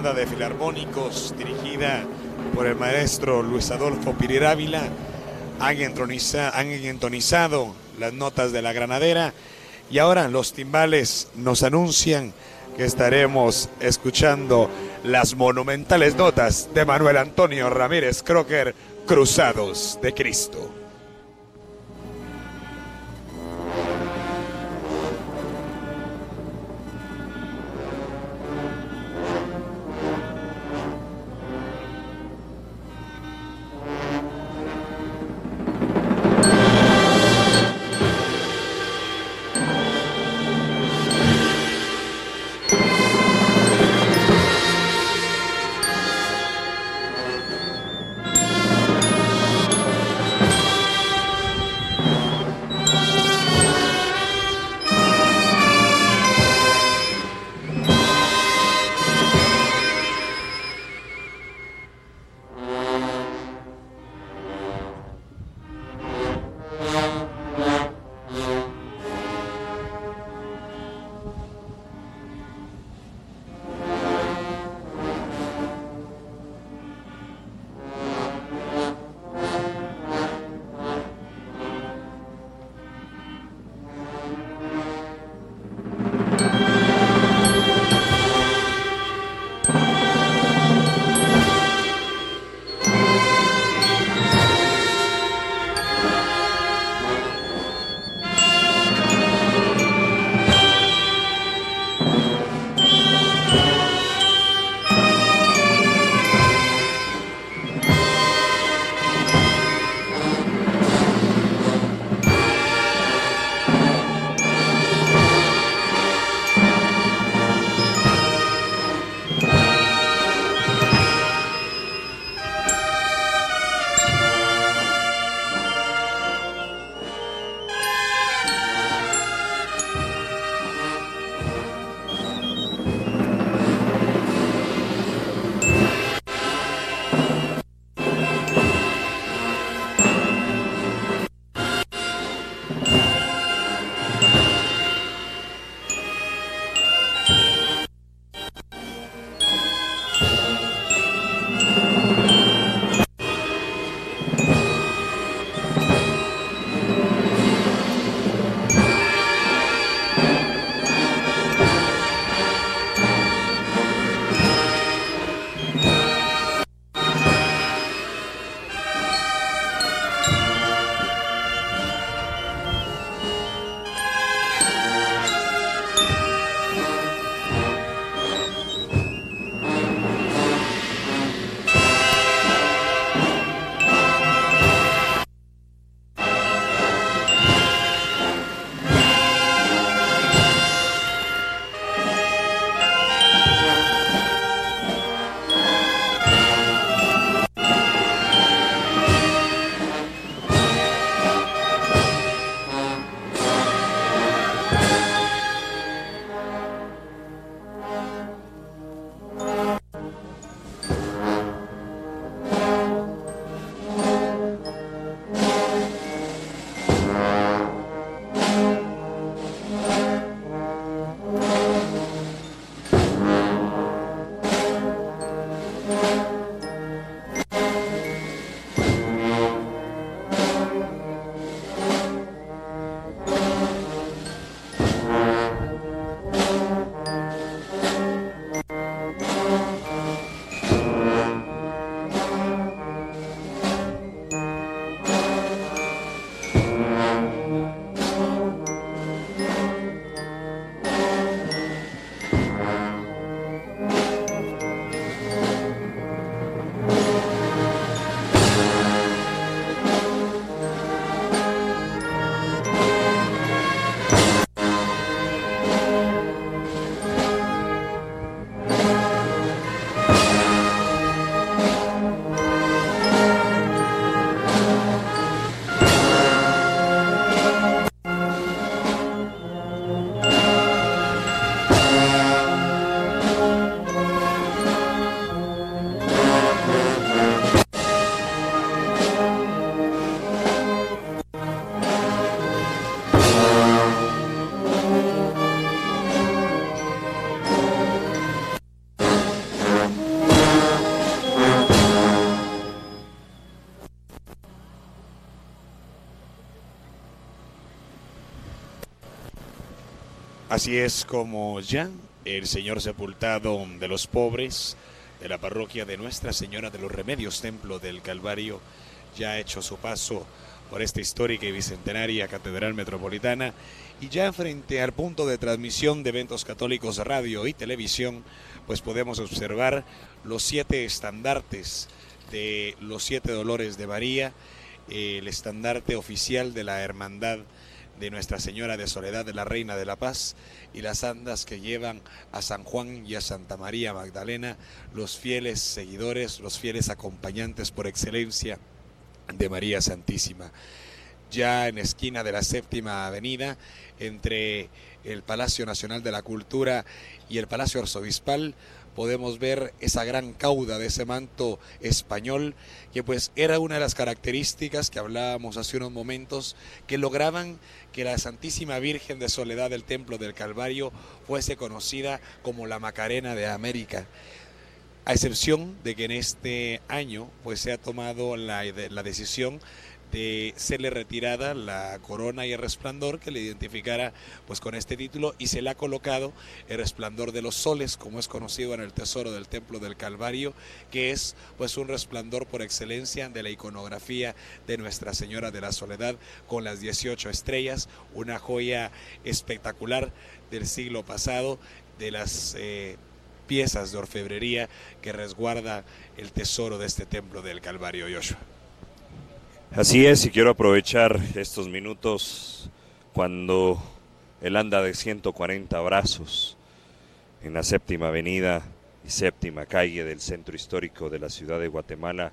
banda de filarmónicos dirigida por el maestro Luis Adolfo Pirir Ávila han, entroniza, han entonizado las notas de la granadera y ahora los timbales nos anuncian que estaremos escuchando las monumentales notas de Manuel Antonio Ramírez Crocker, Cruzados de Cristo. Así es como ya el Señor sepultado de los pobres de la parroquia de Nuestra Señora de los Remedios, Templo del Calvario, ya ha hecho su paso por esta histórica y bicentenaria Catedral Metropolitana, y ya frente al punto de transmisión de Eventos Católicos Radio y Televisión, pues podemos observar los siete estandartes de los siete dolores de María, el estandarte oficial de la Hermandad de Nuestra Señora de Soledad de la Reina de la Paz, y las andas que llevan a San Juan y a Santa María Magdalena, los fieles seguidores, los fieles acompañantes por excelencia de María Santísima. Ya en esquina de la Séptima Avenida, entre el Palacio Nacional de la Cultura y el Palacio Arzobispal, podemos ver esa gran cauda de ese manto español, que pues era una de las características que hablábamos hace unos momentos, que lograban que la Santísima Virgen de Soledad del Templo del Calvario fuese conocida como la Macarena de América. A excepción de que en este año pues se ha tomado la, la decisión de serle retirada la corona y el resplandor que le identificara pues con este título, y se le ha colocado el resplandor de los soles, como es conocido en el tesoro del Templo del Calvario, que es pues un resplandor por excelencia de la iconografía de Nuestra Señora de la Soledad, con las dieciocho estrellas, una joya espectacular del siglo pasado, de las eh, piezas de orfebrería que resguarda el tesoro de este Templo del Calvario, Joshua. Así es, y quiero aprovechar estos minutos cuando el anda de ciento cuarenta brazos en la séptima avenida y séptima calle del centro histórico de la ciudad de Guatemala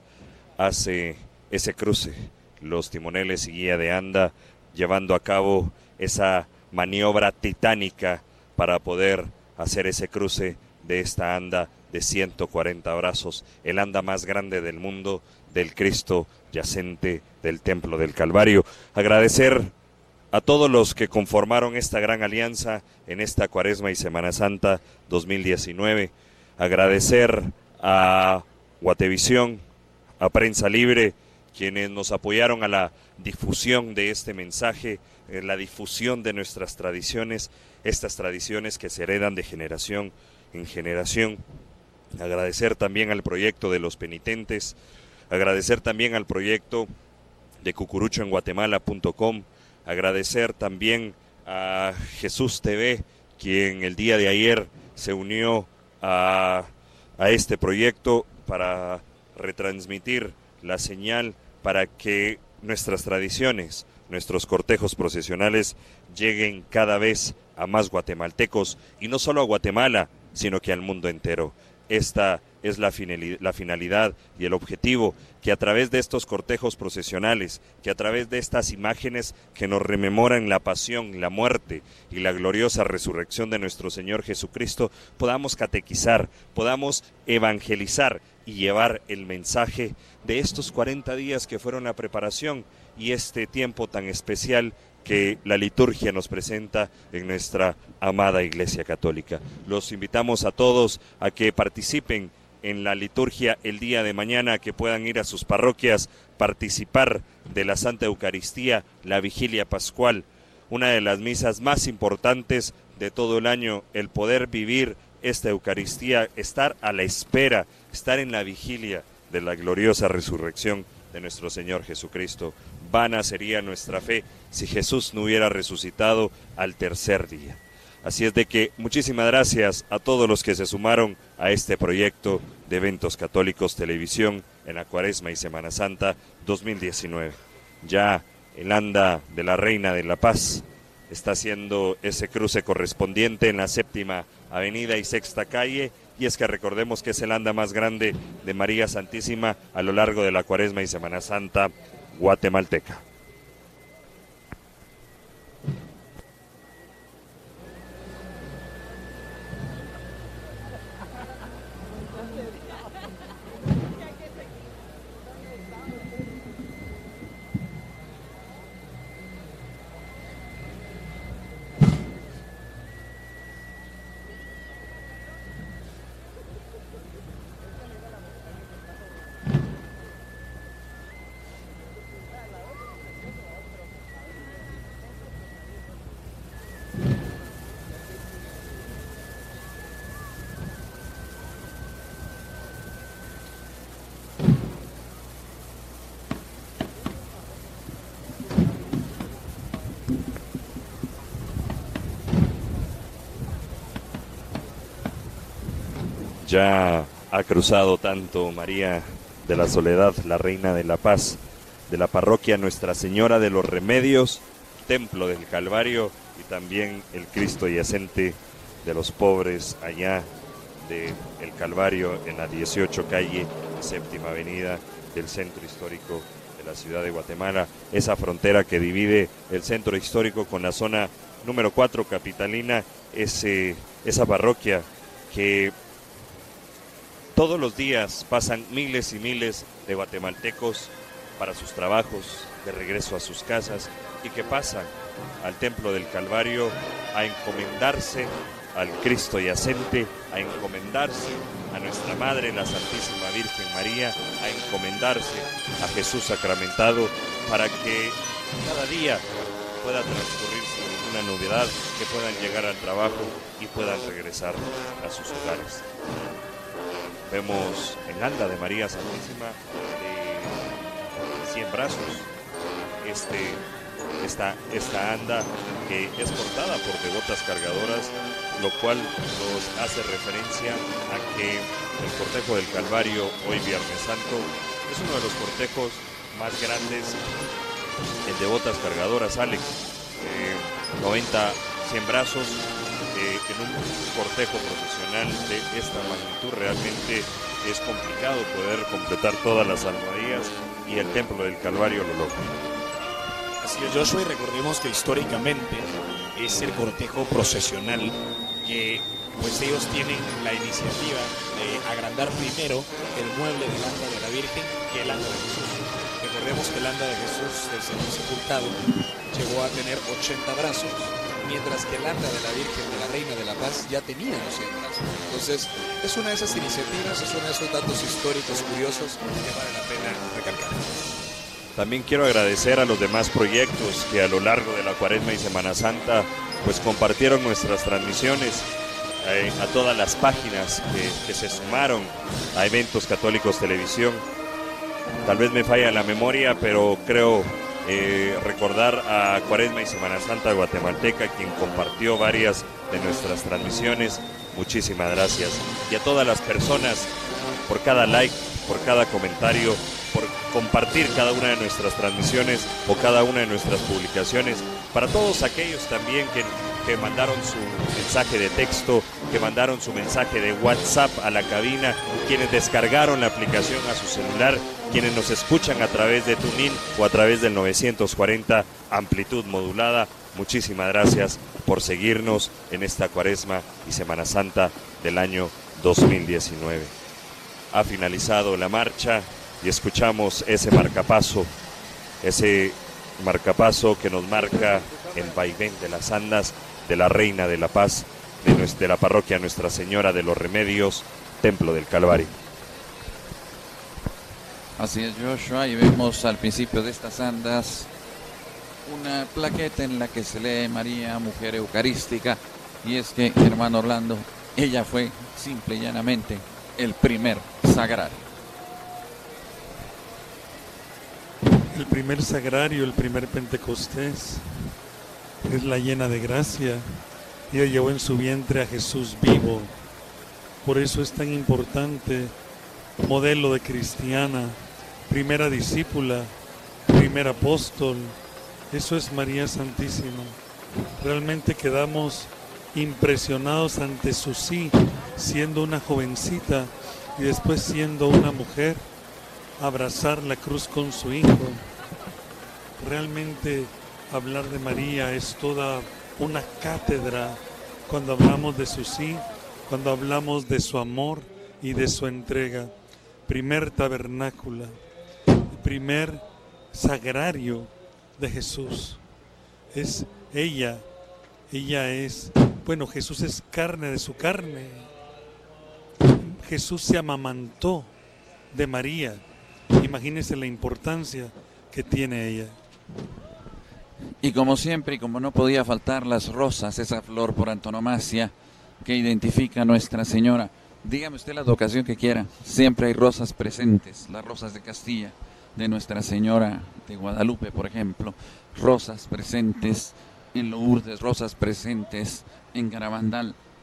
hace ese cruce, los timoneles y guía de anda llevando a cabo esa maniobra titánica para poder hacer ese cruce de esta anda de ciento cuarenta brazos, el anda más grande del mundo, del Cristo yacente del Templo del Calvario. Agradecer a todos los que conformaron esta gran alianza en esta Cuaresma y Semana Santa dos mil diecinueve. Agradecer a Guatevisión, a Prensa Libre, quienes nos apoyaron a la difusión de este mensaje, en la difusión de nuestras tradiciones, estas tradiciones que se heredan de generación en generación. Agradecer también al proyecto de los penitentes, agradecer también al proyecto de cucurucho en guatemala punto com, agradecer también a Jesús T V, quien el día de ayer se unió a, a este proyecto para retransmitir la señal para que nuestras tradiciones, nuestros cortejos procesionales lleguen cada vez a más guatemaltecos, y no solo a Guatemala, sino que al mundo entero. Esta es la finalidad, la finalidad y el objetivo, que a través de estos cortejos procesionales, que a través de estas imágenes que nos rememoran la pasión, la muerte y la gloriosa resurrección de nuestro Señor Jesucristo, podamos catequizar, podamos evangelizar y llevar el mensaje de estos cuarenta días que fueron la preparación y este tiempo tan especial que la liturgia nos presenta en nuestra amada Iglesia Católica. Los invitamos a todos a que participen en la liturgia el día de mañana, que puedan ir a sus parroquias, participar de la Santa Eucaristía, la Vigilia Pascual, una de las misas más importantes de todo el año, el poder vivir esta Eucaristía, estar a la espera, estar en la vigilia de la gloriosa resurrección de nuestro Señor Jesucristo. Vana sería nuestra fe si Jesús no hubiera resucitado al tercer día. Así es de que muchísimas gracias a todos los que se sumaron a este proyecto de Eventos Católicos Televisión en la Cuaresma y Semana Santa dos mil diecinueve. Ya el anda de la Reina de la Paz está haciendo ese cruce correspondiente en la séptima avenida y sexta calle, y es que recordemos que es el anda más grande de María Santísima a lo largo de la Cuaresma y Semana Santa guatemalteca. Ya ha cruzado tanto María de la Soledad, la Reina de la Paz, de la parroquia Nuestra Señora de los Remedios, Templo del Calvario, y también el Cristo yacente de los pobres allá de El Calvario, en la dieciocho calle, séptima avenida del centro histórico de la ciudad de Guatemala, esa frontera que divide el centro histórico con la zona número cuatro capitalina, ese, esa parroquia que todos los días pasan miles y miles de guatemaltecos para sus trabajos, de regreso a sus casas, y que pasan al Templo del Calvario a encomendarse al Cristo yacente, a encomendarse a nuestra Madre, la Santísima Virgen María, a encomendarse a Jesús sacramentado, para que cada día pueda transcurrir sin ninguna novedad, que puedan llegar al trabajo y puedan regresar a sus hogares. Vemos en Anda de María Santísima de Cien Brazos este, esta, esta anda que es portada por devotas cargadoras, lo cual nos hace referencia a que el cortejo del Calvario hoy Viernes Santo es uno de los cortejos más grandes en devotas cargadoras, Alex. Eh, noventa, cien brazos eh, en un cortejo profesional de esta magnitud. Realmente es complicado poder completar todas las almohadillas, y el Templo del Calvario lo logra. Así es, Joshua, y recordemos que históricamente es el cortejo procesional que pues ellos tienen la iniciativa de agrandar primero el mueble del anda de la Virgen que el anda de Jesús. Recordemos que el anda de Jesús del Señor sepultado llegó a tener ochenta brazos, mientras que el anda de la Virgen de la Reina de la Paz ya tenía los cien brazos. Entonces, es una de esas iniciativas, es uno de esos datos históricos curiosos que vale la pena recalcar. También quiero agradecer a los demás proyectos que a lo largo de la Cuaresma y Semana Santa pues compartieron nuestras transmisiones, eh, a todas las páginas que, que se sumaron a Eventos Católicos Televisión. Tal vez me falla la memoria, pero creo eh, recordar a Cuaresma y Semana Santa Guatemalteca, quien compartió varias de nuestras transmisiones. Muchísimas gracias. Y a todas las personas por cada like, por cada comentario, por compartir cada una de nuestras transmisiones o cada una de nuestras publicaciones. Para todos aquellos también que, que mandaron su mensaje de texto, que mandaron su mensaje de WhatsApp a la cabina, quienes descargaron la aplicación a su celular, quienes nos escuchan a través de TuneIn o a través del novecientos cuarenta amplitud modulada. Muchísimas gracias por seguirnos en esta Cuaresma y Semana Santa del año dos mil diecinueve. Ha finalizado la marcha y escuchamos ese marcapaso, ese marcapaso que nos marca el vaivén de las andas de la Reina de la Paz, de, nuestra, de la parroquia Nuestra Señora de los Remedios, Templo del Calvario. Así es, Joshua, y vemos al principio de estas andas una plaqueta en la que se lee María, Mujer Eucarística, y es que, hermano Orlando, ella fue simple y llanamente el primer sagrario. El primer sagrario, el primer Pentecostés, es la llena de gracia. Ella llevó en su vientre a Jesús vivo. Por eso es tan importante, modelo de cristiana, primera discípula, primer apóstol. Eso es María Santísima. Realmente quedamos impresionados ante su sí, siendo una jovencita y después siendo una mujer, abrazar la cruz con su hijo. Realmente hablar de María es toda una cátedra cuando hablamos de su sí, cuando hablamos de su amor y de su entrega. Primer tabernáculo, primer sagrario de Jesús. Es ella, ella es, bueno, Jesús es carne de su carne. Jesús se amamantó de María. Imagínense la importancia que tiene ella. Y como siempre, y como no podía faltar, las rosas, esa flor por antonomasia que identifica a Nuestra Señora. Dígame usted la advocación que quiera, siempre hay rosas presentes, las rosas de Castilla, de Nuestra Señora de Guadalupe, por ejemplo, rosas presentes en Lourdes, rosas presentes en Garabandal.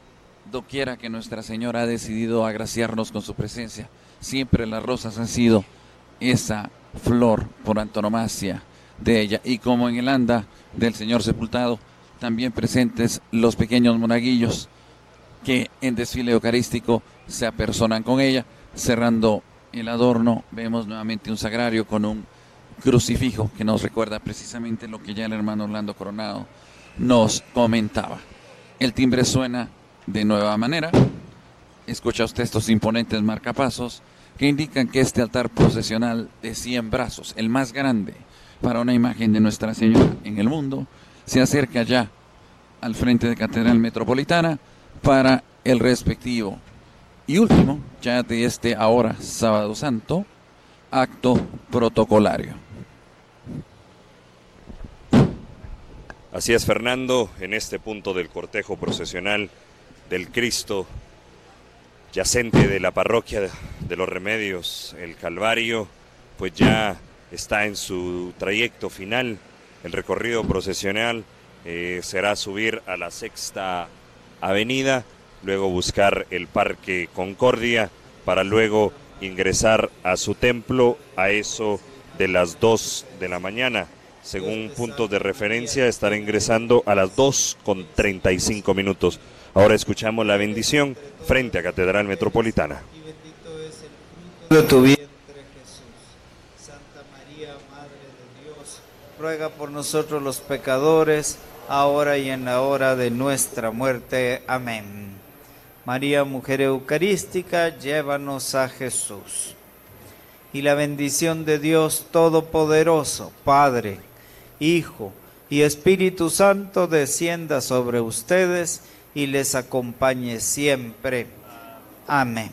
doquiera que Nuestra Señora ha decidido agraciarnos con su presencia. Siempre las rosas han sido esa flor por antonomasia de ella. Y como en el anda del Señor sepultado, también presentes los pequeños monaguillos que en desfile eucarístico se apersonan con ella. Cerrando el adorno, vemos nuevamente un sagrario con un crucifijo que nos recuerda precisamente lo que ya el hermano Orlando Coronado nos comentaba. El timbre suena de nueva manera. Escucha usted estos imponentes marcapasos que indican que este altar procesional de cien brazos, el más grande para una imagen de Nuestra Señora en el mundo, se acerca ya al frente de Catedral Metropolitana para el respectivo y último, ya de este ahora Sábado Santo, acto protocolario. Así es, Fernando, en este punto del cortejo procesional del Cristo yacente de la parroquia de los Remedios, el Calvario, pues ya está en su trayecto final. El recorrido procesional eh, será subir a la Sexta Avenida, luego buscar el Parque Concordia, para luego ingresar a su templo a eso de las dos de la mañana. Según puntos de referencia, estará ingresando a las dos con treinta y cinco minutos. Ahora escuchamos la bendición frente a Catedral Metropolitana. Y bendito es el fruto de tu vientre, Jesús. Santa María, Madre de Dios, ruega por nosotros los pecadores, ahora y en la hora de nuestra muerte. Amén. María, Mujer Eucarística, llévanos a Jesús. Y la bendición de Dios Todopoderoso, Padre, Hijo y Espíritu Santo, descienda sobre ustedes y les acompañe siempre. Amén.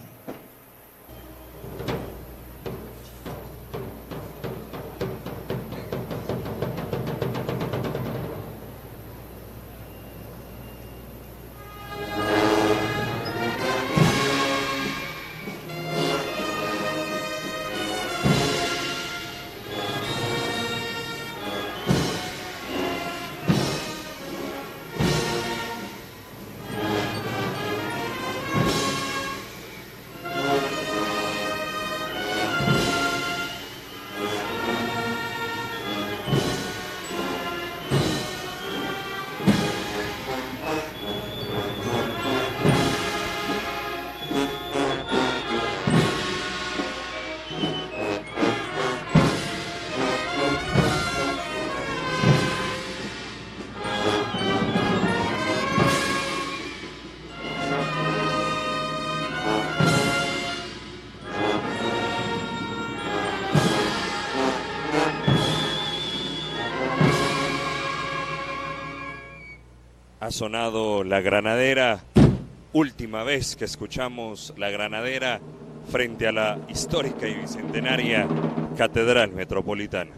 Ha sonado la granadera, última vez que escuchamos la granadera frente a la histórica y bicentenaria Catedral Metropolitana.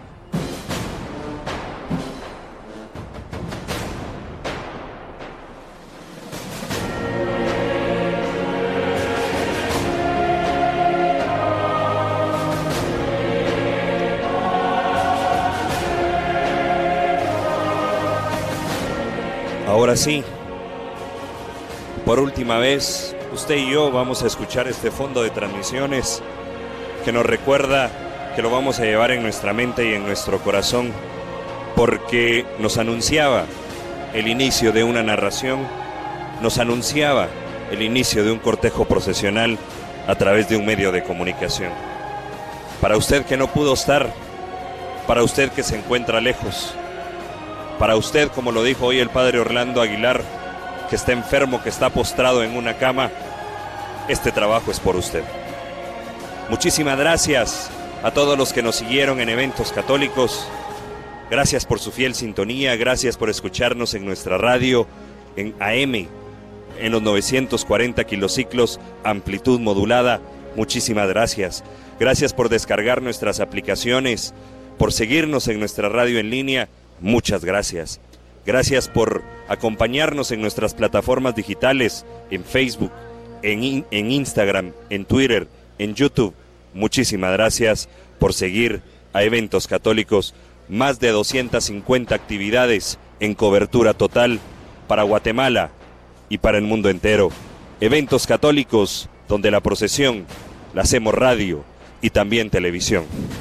Ahora sí, por última vez, usted y yo vamos a escuchar este fondo de transmisiones que nos recuerda que lo vamos a llevar en nuestra mente y en nuestro corazón, porque nos anunciaba el inicio de una narración, nos anunciaba el inicio de un cortejo procesional a través de un medio de comunicación. Para usted que no pudo estar, para usted que se encuentra lejos, para usted, como lo dijo hoy el padre Orlando Aguilar, que está enfermo, que está postrado en una cama, este trabajo es por usted. Muchísimas gracias a todos los que nos siguieron en Eventos Católicos. Gracias por su fiel sintonía, gracias por escucharnos en nuestra radio, en A M, en los novecientos cuarenta kilociclos, amplitud modulada. Muchísimas gracias. Gracias por descargar nuestras aplicaciones, por seguirnos en nuestra radio en línea. Muchas gracias. Gracias por acompañarnos en nuestras plataformas digitales, en Facebook, en, in, en Instagram, en Twitter, en YouTube. Muchísimas gracias por seguir a Eventos Católicos. Más de doscientas cincuenta actividades en cobertura total para Guatemala, y para el mundo entero. Eventos católicos donde la procesión la hacemos radio y también televisión.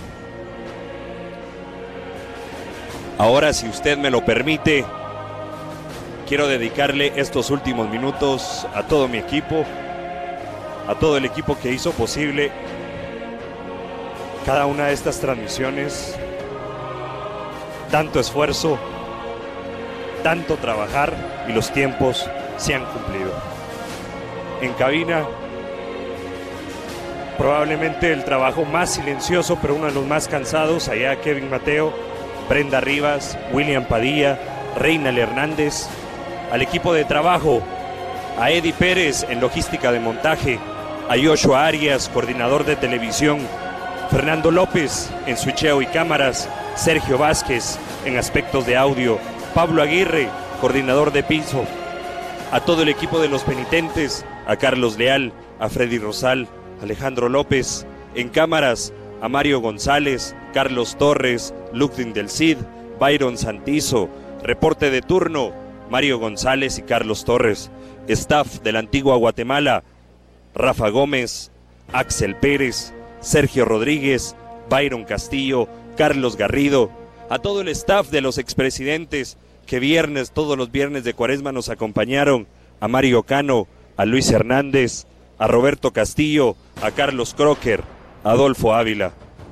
Ahora, si usted me lo permite, quiero dedicarle estos últimos minutos a todo mi equipo, a todo el equipo que hizo posible cada una de estas transmisiones. Tanto esfuerzo, tanto trabajar, y los tiempos se han cumplido. En cabina, probablemente el trabajo más silencioso, pero uno de los más cansados, allá Kevin Mateo, Brenda Rivas, William Padilla, Reinal Hernández. Al equipo de trabajo, a Eddie Pérez en logística de montaje, a Joshua Arias, coordinador de televisión, Fernando López en switcheo y cámaras, Sergio Vázquez en aspectos de audio, Pablo Aguirre, coordinador de piso, a todo el equipo de los penitentes, a Carlos Leal, a Freddy Rosal, Alejandro López, en cámaras, a Mario González, Carlos Torres, Lucdin del Cid, Byron Santizo, reporte de turno, Mario González y Carlos Torres, staff de la Antigua Guatemala, Rafa Gómez, Axel Pérez, Sergio Rodríguez, Byron Castillo, Carlos Garrido, a todo el staff de los expresidentes que viernes, todos los viernes de Cuaresma nos acompañaron, a Mario Cano, a Luis Hernández, a Roberto Castillo, a Carlos Crocker, a Adolfo Ávila,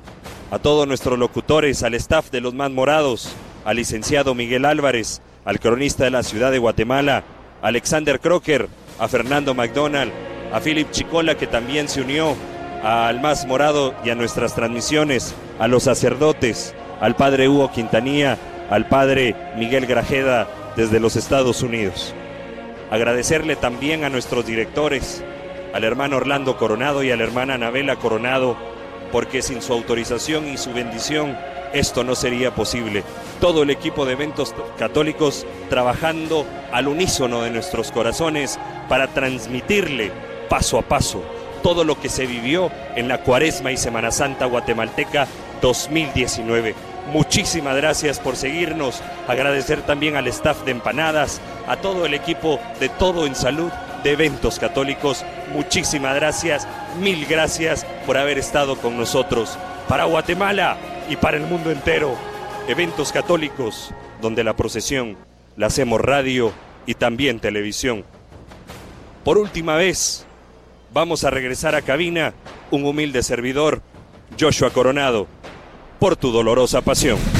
a todos nuestros locutores, al staff de Los Más Morados, al licenciado Miguel Álvarez, al cronista de la ciudad de Guatemala, a Alexander Crocker, a Fernando McDonald, a Philip Chicola, que también se unió al Más Morado y a nuestras transmisiones, a los sacerdotes, al padre Hugo Quintanilla, al padre Miguel Grajeda desde los Estados Unidos. Agradecerle también a nuestros directores, al hermano Orlando Coronado y a la hermana Anabela Coronado, porque sin su autorización y su bendición esto no sería posible. Todo el equipo de Eventos Católicos trabajando al unísono de nuestros corazones para transmitirle paso a paso todo lo que se vivió en la Cuaresma y Semana Santa guatemalteca dos mil diecinueve. Muchísimas gracias por seguirnos. Agradecer también al staff de Empanadas, a todo el equipo de Todo en Salud de Eventos Católicos. Muchísimas gracias, mil gracias por haber estado con nosotros. Para Guatemala y para el mundo entero, Eventos Católicos, donde la procesión la hacemos radio y también televisión. Por última vez, vamos a regresar a cabina, un humilde servidor, Joshua Coronado, por tu dolorosa pasión.